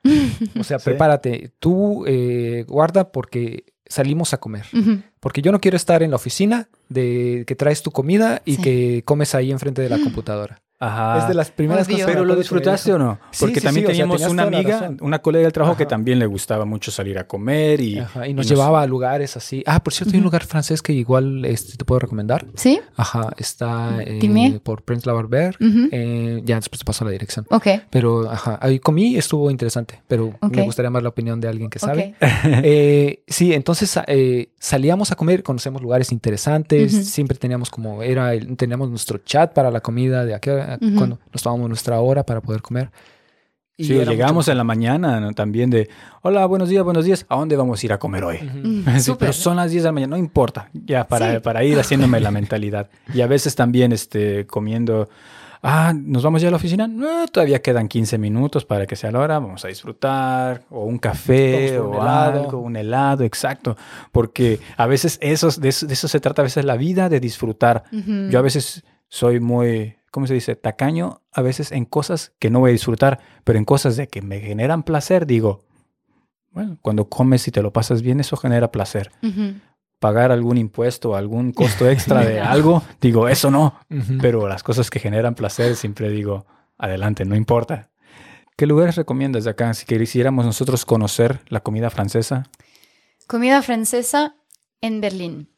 O sea, Sí. prepárate, tú eh, guarda porque salimos a comer. Ujú. Porque yo no quiero estar en la oficina de que traes tu comida y Sí. que comes ahí enfrente de la computadora. Ajá. Es de las primeras Obvio. cosas. que Pero me lo acuerdo que me disfrutaste dijo. o no? Sí, Porque sí, también sí, o sea, teníamos tenías una toda la amiga, razón. una colega del trabajo que Ajá. también le gustaba mucho salir a comer y, Ajá, y nos y llevaba a lugares así. Ah, por cierto, hay un Ujú. lugar francés que igual este, te puedo recomendar. ¿Sí? Ajá, está eh, Dime. por Prince Laberberg. Ujú. Eh, ya después te paso la dirección. Ok. Pero, ajá, ahí comí, estuvo interesante, pero Ok. me gustaría más la opinión de alguien que sabe. Ok. Eh, sí, entonces eh, salíamos a comer, conocemos lugares interesantes, Ujú. siempre teníamos como, era, el- teníamos nuestro chat para la comida, de aquí a- Ujú. cuando nos tomábamos nuestra hora para poder comer. Y sí, era llegamos mucho en la mañana, ¿no? También de, hola, buenos días, buenos días, ¿a dónde vamos a ir a comer hoy? mejor. Ujú. Mm, Sí, súper. pero son las diez de la mañana, no importa, ya para, Sí. para ir haciéndome la mentalidad. Y a veces también este, comiendo, ah, ¿nos vamos ya a la oficina? No, todavía quedan quince minutos para que sea la hora, vamos a disfrutar, o un café, Vamos por un o helado. algo, un helado, exacto. Porque a veces esos, de, eso, de eso se trata a veces la vida, de disfrutar. Ujú. Yo a veces soy muy, ¿cómo se dice? Tacaño, a veces en cosas que no voy a disfrutar, pero en cosas de que me generan placer, digo, bueno, cuando comes y te lo pasas bien, eso genera placer. Ujú. Pagar algún impuesto, algún costo extra de algo, digo, eso no. Ujú. Pero las cosas que generan placer, siempre digo, adelante, no importa. ¿Qué lugares recomiendas de acá? Si quisiéramos nosotros conocer la comida francesa. Comida francesa en Berlín.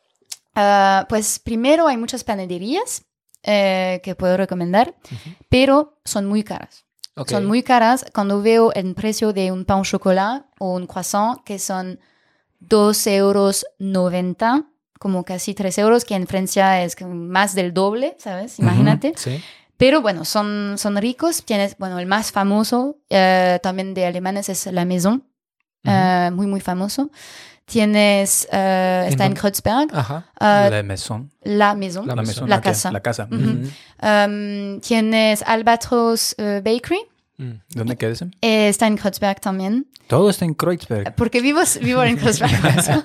Ah, pues primero hay muchas panaderías eh, que puedo recomendar, pero son muy caras. Ok. Son muy caras cuando veo el precio de un pan au chocolat o un croissant, que son dos euros noventa, como casi tres euros, que en Francia es como más del doble, ¿sabes? Imagínate. Sí. Pero bueno, son, son ricos. Tienes, bueno, el más famoso eh, también de alemanes es La Maison, Ujú. eh, muy, muy famoso. Tienes, eh, ¿En está en dónde? Kreuzberg, Ajá. eh, La Maison. La Maison. La La Maison. Maison. La ok, casa. La casa. Ujú. Ujú. Um, tienes Albatros eh, Bakery, Mm. ¿Dónde queda ese? eh, está en Kreuzberg también. Todo está en Kreuzberg. Porque vivo, vivo en Kreuzberg. por eso.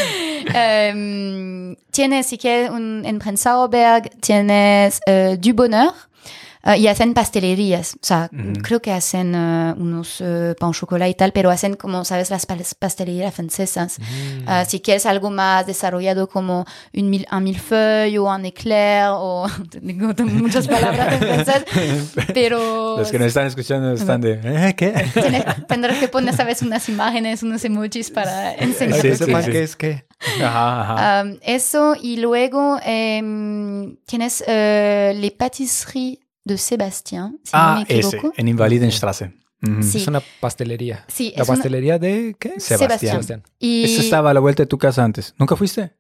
um, tienes, si quieres, un, en Prenzlauer tienes uh, Du Bonheur uh, y hacen pastelerías. O sea, Ujú. creo que hacen uh, unos uh, pan au chocolat y tal, pero hacen como, ¿sabes? Las pas- pastelerías francesas. Mm. Uh, si quieres algo más desarrollado como un, mil, un millefeuille o un éclair o tengo muchas palabras en francés, pero Los que nos están escuchando están de, ¿eh? ¿Qué? tienes- tendrás que poner, ¿sabes? Unas imágenes, unos emojis para enseñar. Sí, que sí, sepan sí. qué es qué. Ajá, ajá. Um, eso, y luego em, tienes eh, les pâtisseries de Sébastien, si no Ah, me ese, equivoco. en Invalidenstraße. Ujú. Sí. Es una pastelería. Sí, ¿La es una- pastelería de qué? Sebastián. Sebastián. Y Ese estaba a la vuelta de tu casa antes. ¿Nunca fuiste?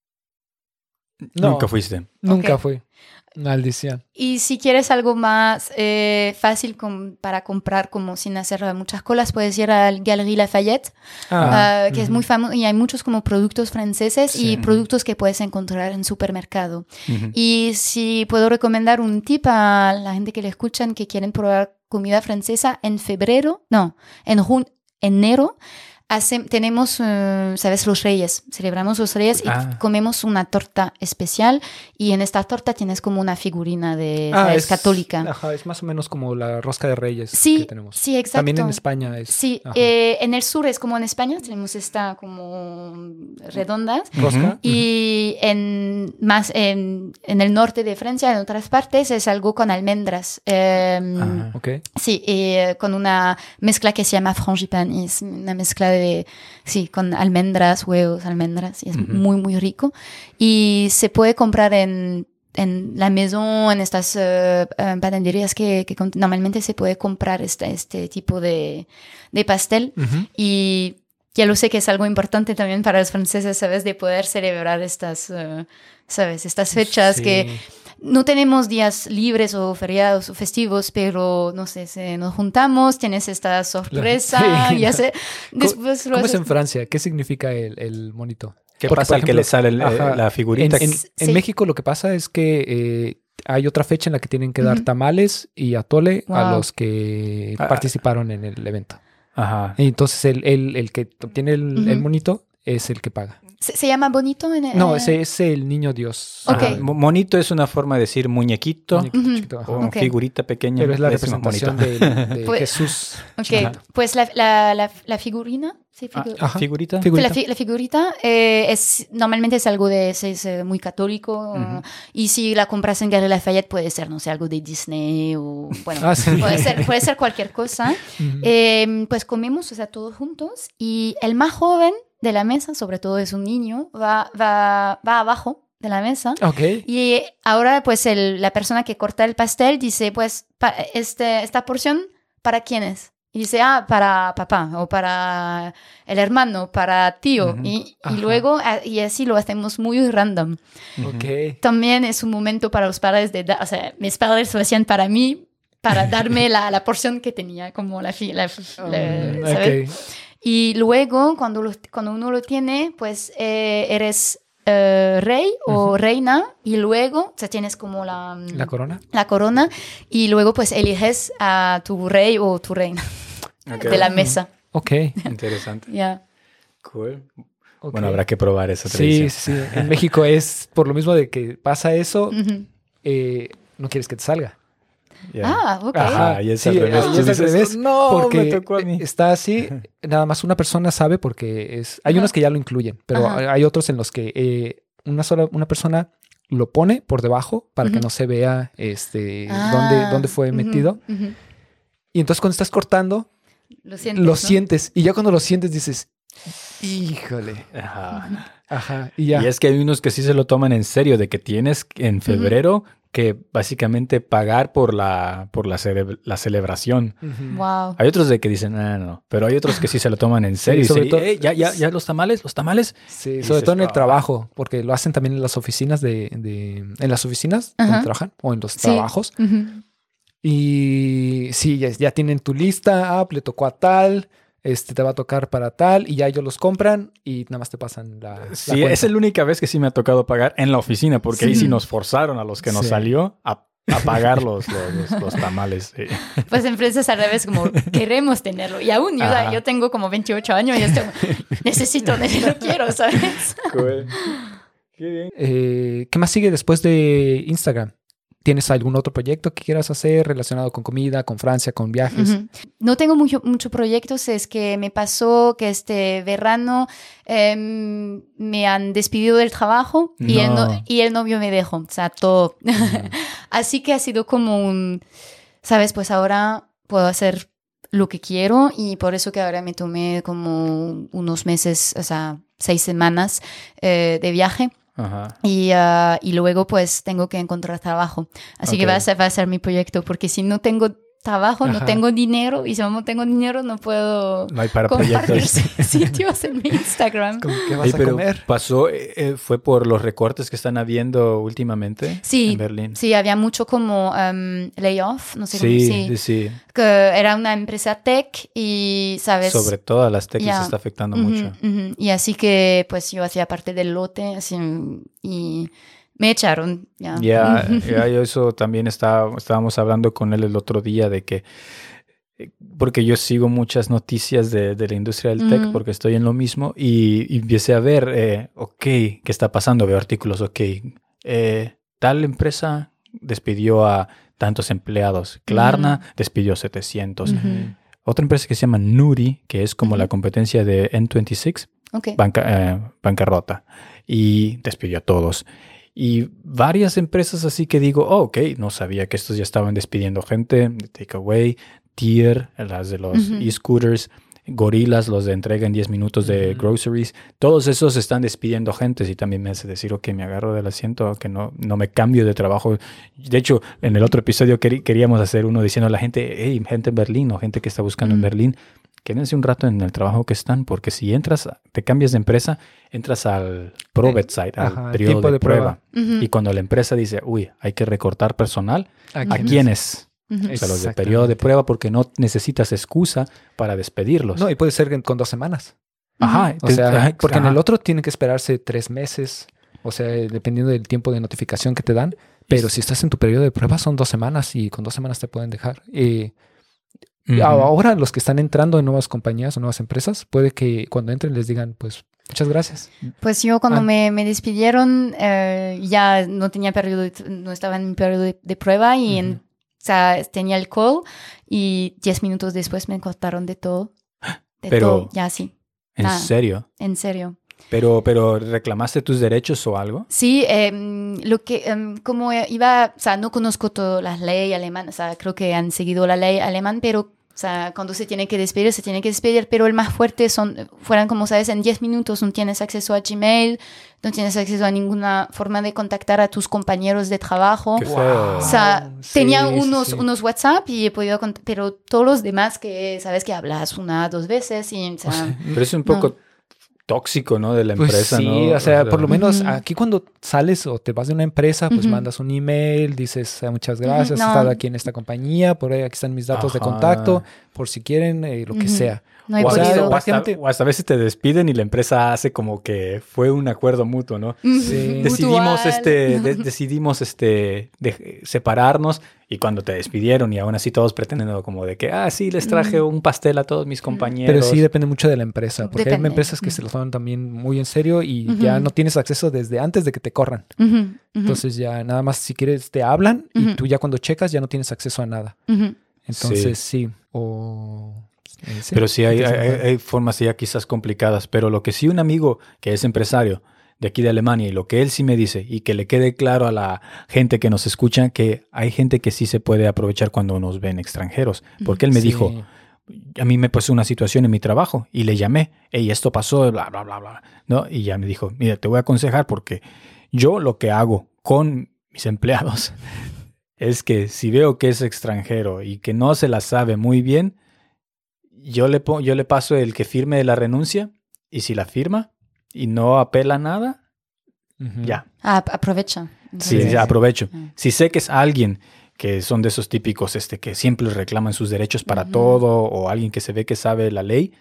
No. Nunca fuiste. Nunca Ok. fui. Maldición. Y si quieres algo más eh, fácil com- para comprar, como sin hacer muchas colas, puedes ir al Galerie Lafayette, Ah, ah, que es ujú. muy famoso, y hay muchos como productos franceses Sí. y productos que puedes encontrar en supermercado. Ujú. Y si puedo recomendar un tip a la gente que le escuchan que quieren probar comida francesa, en febrero, no, en jun- enero, hace- tenemos, eh, ¿sabes? Los Reyes. Celebramos los Reyes y Ah. comemos una torta especial, y en esta torta tienes como una figurina de, ¿sabes? Católica. Ajá, es más o menos como la rosca de reyes Sí, que tenemos. sí, exacto. También en España es. Sí, Ajá. eh, en el sur es como en España, tenemos esta como redondas. Rosca. Y en más en, en el norte de Francia, en otras partes, es algo con almendras. Eh, Ajá. Ok. Sí, y, eh, con una mezcla que se llama frangipane. Y es una mezcla de, sí, con almendras, huevos, almendras. Y es Ujú. muy, muy rico. Y se puede comprar en, en la maison, en estas eh, eh, panaderías que, que con- normalmente se puede comprar este, este tipo de, de pastel. Ujú. Y ya lo sé que es algo importante también para los franceses, ¿sabes? De poder celebrar estas, eh, ¿sabes? Estas fechas Sí. que no tenemos días libres o feriados o festivos, pero no sé, se, nos juntamos, tienes esta sorpresa, Sí. y hace, después lo ¿Cómo es haces- en Francia? ¿Qué significa el, el monito? ¿Qué Porque, pasa por al que ejemplo, le sale el- eh, ajá, la figurita? En, en- Sí. en México lo que pasa es que eh, hay otra fecha en la que tienen que dar Ujú. tamales y atole Wow. a los que Ah. participaron en el evento. Ajá. Y entonces el, el, el que obtiene el, Ujú. el monito es el que paga. ¿Se, se llama bonito? En, No, eh, ese es el niño Dios. Ok. Ajá. Mo- Monito es una forma de decir muñequito, Muñequito Ujú. chiquito, ajá. o Ok. figurita pequeña. Pero es la le decimos representación monito. de, de Pues- Jesús. Ok, Ajá. pues la, la, la, la figurina, sí, Ah, figu- Ajá. ¿Figurita? Sí, Figurita. La, fi- la figurita eh, es normalmente es algo de es, es, eh, muy católico Ujú. uh, y si la compras en Galería Lafayette puede ser no sé algo de Disney o bueno Ah, sí. puede ser puede ser cualquier cosa. Ujú. Eh, pues comemos o sea todos juntos y el más joven de la mesa, sobre todo es un niño, va va va abajo de la mesa. Ok. Y ahora, pues, el, la persona que corta el pastel dice, pues, pa- este, esta porción, ¿para quién es? Y dice, ah, para papá, o para el hermano, para tío. Ujú. Y, Ajá. y luego, ah, y así lo hacemos muy random. Ujú. Ok. También es un momento para los padres de, da- o sea, mis padres lo hacían para mí, para darme la, la porción que tenía, como la, fi- la, la- Mm, ¿sabes? ok. Y luego, cuando, lo- cuando uno lo tiene, pues eh, eres eh, rey o Ujú. reina y luego, o sea, tienes como la, ¿La corona? la corona y luego pues eliges a tu rey o tu reina Ok. de la mesa. Ok. Interesante. Ya. Cool. ok. Bueno, habrá que probar esa Sí, tradición. sí. En México es por lo mismo de que pasa eso, Ujú. eh, no quieres que te salga. Ya. Ah, ok. Ajá, y es Sí, al revés. ahí Tú es al dices, revés, no, porque me tocó a mí. está así, nada más una persona sabe porque es... Hay Ajá. unos que ya lo incluyen, pero Ajá. hay otros en los que eh, una sola una persona lo pone por debajo para que Ujú. no se vea este Ah, dónde, dónde fue ujú, metido. ujú. Y entonces cuando estás cortando, Lo sientes, lo ¿no? sientes. Y ya cuando lo sientes dices, híjole. Ajá. Ajá. Y ya. Y es que hay unos que sí se lo toman en serio, de que tienes en febrero que básicamente pagar por la, por la, cele- la celebración. Ujú. Wow. Hay otros de que dicen, no, no, no. Pero hay otros que sí se lo toman en serio. y sobre dicen, todo- "Ey, ya, ya, ya los tamales, los tamales. Sí, Y sobre dices, todo en el "Ah". trabajo, porque lo hacen también en las oficinas de, de en las oficinas Ajá. donde trabajan o en los Sí. trabajos. Ujú. Y sí, ya, ya tienen tu lista, ah, le tocó a tal, este te va a tocar para tal, y ya ellos los compran y nada más te pasan la, la Sí, cuenta. es la única vez que sí me ha tocado pagar en la oficina, porque ahí Sí. sí nos forzaron a los que nos Sí. salió a, a pagar los, los, los- los tamales. Sí. Pues en Francia es al revés, como queremos tenerlo. Y aún yo, Ajá. yo tengo como veintiocho años y estoy, necesito, lo quiero, ¿sabes? Cool. Qué bien. Eh, ¿qué más sigue después de Instagram? ¿Tienes algún otro proyecto que quieras hacer relacionado con comida, con Francia, con viajes? Ujú. No tengo mucho, muchos proyectos, es que me pasó que este verano em, me han despedido del trabajo y, el No. no- y el novio me dejó, o sea, todo. Así que ha sido como un, ¿sabes? Pues ahora puedo hacer lo que quiero y por eso que ahora me tomé como unos meses, o sea, seis semanas eh, de viaje. Ajá. Y, ah, y luego pues tengo que encontrar trabajo. Así que Ok. va a, ser, va a ser mi proyecto, porque si no tengo trabajo, no Ajá. tengo dinero, y si no tengo dinero no puedo No hay para compartir proyectos. sitios en mi Instagram. ¿Con qué vas Ey, a pero comer? pasó, eh, eh, fue por los recortes que están habiendo últimamente Sí, en Berlín. sí, había mucho como um, layoff, no sé cómo, Sí, sí, sí, sí. que era una empresa tech y, ¿sabes? Sobre todo a las tech les Ya. está afectando Ujú, mucho. ujú. Y así que pues yo hacía parte del lote así, y me echaron. Ya, Ya, ya, yo eso también estaba, estábamos hablando con él el otro día de que, eh, porque yo sigo muchas noticias de, de la industria del tech, Ujú. porque estoy en lo mismo, y, y empecé a ver, eh, ok, ¿qué está pasando? Veo artículos, ok, eh, tal empresa despidió a tantos empleados, Klarna despidió setecientos. Ujú. Otra empresa que se llama Nuri, que es como Ujú. la competencia de N veintiséis, Ok. banca, eh, bancarrota, y despidió a todos. Y varias empresas así que digo, oh, ok, no sabía que estos ya estaban despidiendo gente, Takeaway, Tier, las de los Ujú. e-scooters, Gorillas, los de entrega en diez minutos de Ujú. groceries, todos esos están despidiendo gente y también me hace decir, ok, me agarro del asiento, que no, no me cambio de trabajo. De hecho, en el otro episodio quer- queríamos hacer uno diciendo a la gente, hey, gente en Berlín o gente que está buscando en Mm. Berlín, quédense un rato en el trabajo que están, porque si entras, te cambias de empresa, entras al Probezeit, al Ajá, el periodo tiempo de, de prueba. prueba. Ujú, Y cuando la empresa dice, uy, hay que recortar personal, ¿a quiénes? quiénes? ujú. O sea, los de Exactamente. periodo de prueba, porque no necesitas excusa para despedirlos. No, y puede ser en- con dos semanas. Ajá. O te- sea, ajá, porque en ajá. el otro tienen que esperarse tres meses, o sea, dependiendo del tiempo de notificación que te dan. Pero si estás en tu periodo de prueba son dos semanas y con dos semanas te pueden dejar. Eh, Ujú. Ahora los que están entrando en nuevas compañías o nuevas empresas, puede que cuando entren les digan, pues, muchas gracias. Pues yo cuando Ah. me, me despidieron eh, ya no tenía periodo, de- no estaba en mi periodo de, de prueba y en, Ujú. o sea, tenía el call y diez minutos después me cortaron de todo. De Pero- todo, ya sí, ¿En Ah. serio? en serio. Pero, pero ¿reclamaste tus derechos o algo? Sí, em, lo que, em, como iba, o sea, no conozco todas las leyes alemanas, o sea, creo que han seguido la ley alemán, pero, o sea, cuando se tiene que despedir, se tiene que despedir, pero el más fuerte son, fueran, como sabes, en diez minutos no tienes acceso a Gmail, no tienes acceso a ninguna forma de contactar a tus compañeros de trabajo. Qué feo. O sea, Wow, sí, tenía sí, unos, sí. unos WhatsApp y he podido, cont- pero todos los demás que, sabes, que hablas una, dos veces y, o sea, O sea, Pero es un poco tóxico, ¿no? De la Pues empresa, sí, ¿no? o sea, por lo menos Ujú. aquí cuando sales o te vas de una empresa, pues Ujú. mandas un email, dices, "Ah, muchas gracias, Ujú, he no. estado aquí en esta compañía, por ahí aquí están mis datos de Ajá. contacto, por si quieren, eh, lo que Ujú. sea." no he o, hasta, podido. o, hasta, Prácticamente- o hasta a veces te despiden y la empresa hace como que fue un acuerdo mutuo, ¿no? Sí. Decidimos Mutual. este, de- decidimos este de- separarnos y cuando te despidieron y aún así todos pretendiendo como de que, ah, sí, les traje Mm. un pastel a todos mis compañeros. Pero sí depende mucho de la empresa, porque hay Depende. empresas que Ujú. se lo toman también muy en serio y Ujú. ya no tienes acceso desde antes de que te corran. Ujú, ujú, Entonces ya nada más si quieres te hablan y Ujú. tú ya cuando checas ya no tienes acceso a nada. ujú. Entonces sí. O... eh, sí. Pero sí hay, Entonces, hay, hay formas ya quizás complicadas. Pero lo que sí un amigo que es empresario de aquí de Alemania y lo que él sí me dice y que le quede claro a la gente que nos escucha que hay gente que sí se puede aprovechar cuando nos ven extranjeros. Porque él me sí. dijo, a mí me pasó una situación en mi trabajo y le llamé, hey, esto pasó, bla, bla, bla, bla, ¿no? Y ya me dijo, mira, te voy a aconsejar porque yo lo que hago con mis empleados es que si veo que es extranjero y que no se la sabe muy bien, yo le, po- yo le paso el que firme la renuncia y si la firma y no apela nada, Ujú. ya, Ah, aprovecha. sí, Entonces, ya aprovecho. ah. Si sé que es alguien que son de esos típicos este, que siempre reclaman sus derechos para Ujú. todo o alguien que se ve que sabe la ley,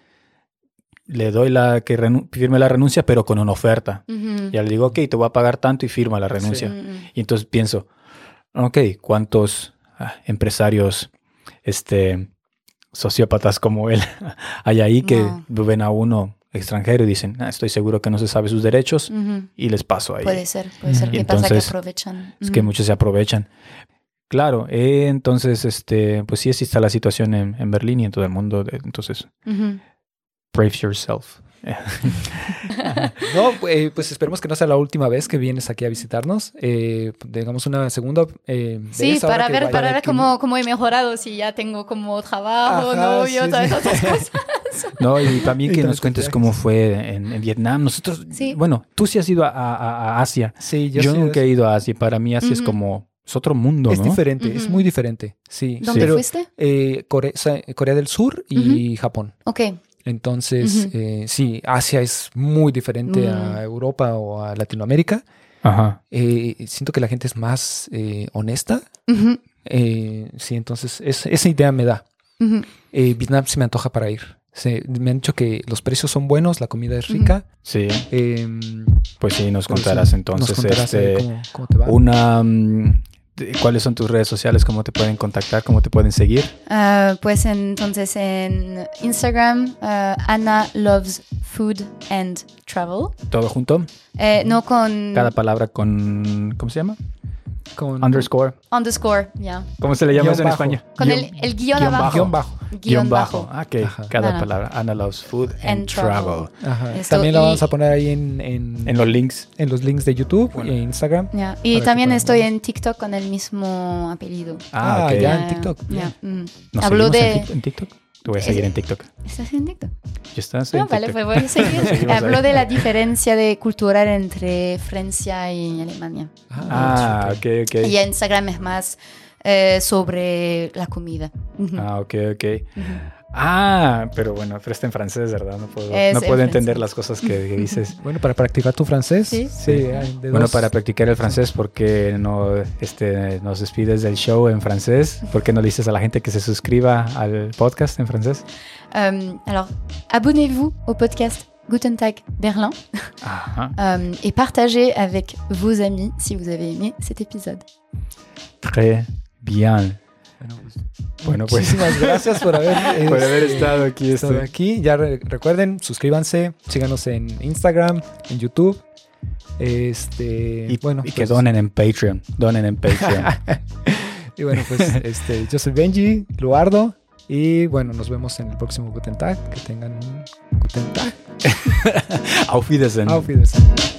le doy la que renu- firme la renuncia pero con una oferta. Ujú. Ya le digo, ok, te voy a pagar tanto y firma la renuncia. Mm, mm. Y entonces pienso, ok, ¿cuántos ah, empresarios este, sociópatas como él hay ahí que No. ven a uno extranjero y dicen, ah, estoy seguro que no se sabe sus derechos Ujú. y les paso ahí? Puede ser, puede ser. Ujú. ¿Qué Y pasa? Que entonces, aprovechan. Es que Ujú. muchos se aprovechan. Claro, eh, entonces, este, pues sí, así está la situación en, en Berlín y en todo el mundo. eh, Entonces, Ujú. brave yourself. No, eh, pues esperemos que no sea la última vez que vienes aquí a visitarnos. Eh, digamos una segunda eh, Sí, vez ahora para que ver, vaya para ver aquí- cómo, cómo he mejorado, si ya tengo como trabajo, Ajá, novio, sí, todas sí. esas cosas. No, y también Y que todos nos los cuentes viajes. cómo fue en, en Vietnam. Nosotros, Sí. bueno, tú sí has ido a, a- a Asia. Sí, Yo, yo, sí- nunca he ido a Asia. Para mí Asia es Ujú. como, es otro mundo, Es ¿no? diferente, es Ujú. muy diferente. Sí, ¿Dónde pero fuiste? eh, Corea, o sea, Corea del Sur y Japón. Ok. Entonces, Ujú. eh, sí, Asia es muy diferente Mm. a Europa o a Latinoamérica. Ajá. Eh, siento que la gente es más eh, honesta. Ujú, Eh, sí, entonces es- esa idea me da. ujú. Eh, Vietnam se me antoja para ir. Se- me han dicho que los precios son buenos, la comida es rica. Sí, Eh, pues sí, nos pero contarás sí, entonces. nos contarás ahí este, cómo, cómo te va. una, mm, de- ¿cuáles son tus redes sociales? ¿Cómo te pueden contactar? ¿Cómo te pueden seguir? Ah, pues entonces en Instagram, ah, Anna Loves Food and Travel. ¿Todo junto? Eh, no con Cada palabra con, ¿cómo se llama? Con Underscore. underscore, ya. ¿Cómo se le llama Guión eso en bajo. español? Con Guión- el, el guión, guión abajo. Guión bajo. Guión bajo. Ah, ok. Ajá. Cada Nada. palabra. Anna loves food and, And travel. travel. Ajá. Esto También la y- vamos a poner ahí en, en, En los links. en los links de YouTube Bueno. e Instagram. Ya. Y Para que también puedan estoy vernos. en TikTok con el mismo apellido. Ah, ok. ya. en TikTok, Ya, mm. ¿Nos Hablo seguimos de... en, Tik- en TikTok? Te voy a seguir en TikTok. ¿Estás en TikTok? ¿Ya estás No, en vale, TikTok? pues voy a seguir. Seguimos Hablo ahí. de la diferencia de cultural entre Francia y Alemania. Ah, súper. ok, ok. Y Instagram es más eh, sobre la comida. Ujú. Ah, ok, ok. Ujú. Ah, pero bueno, pero está en francés, ¿verdad? No puedo, Es no en puedo entender francés. las cosas que, que dices. Bueno, para practicar tu francés. Sí. Sí, hay de Bueno, dos. para practicar el francés, ¿por qué no este, nos despides del show en francés? ¿Por qué no le dices a la gente que se suscriba al podcast en francés? Euh, alors, abonnez-vous au podcast Guten Tag Berlin Ajá. euh, et partagez avec vos amis si vous avez aimé cet épisode. Très bien. Bueno, pues, Bueno, pues muchísimas gracias por haber, por haber este, estado aquí. estado Este. aquí. Ya re- recuerden, suscríbanse, síganos en Instagram, en YouTube. Este, Y, bueno, y pues- que donen en Patreon. Donen en Patreon. Y bueno, pues este, yo soy Benji, Luardo. Y bueno, nos vemos en el próximo Guten Tag. Que tengan un Guten Tag. Auf Wiedersehen. Auf Wiedersehen.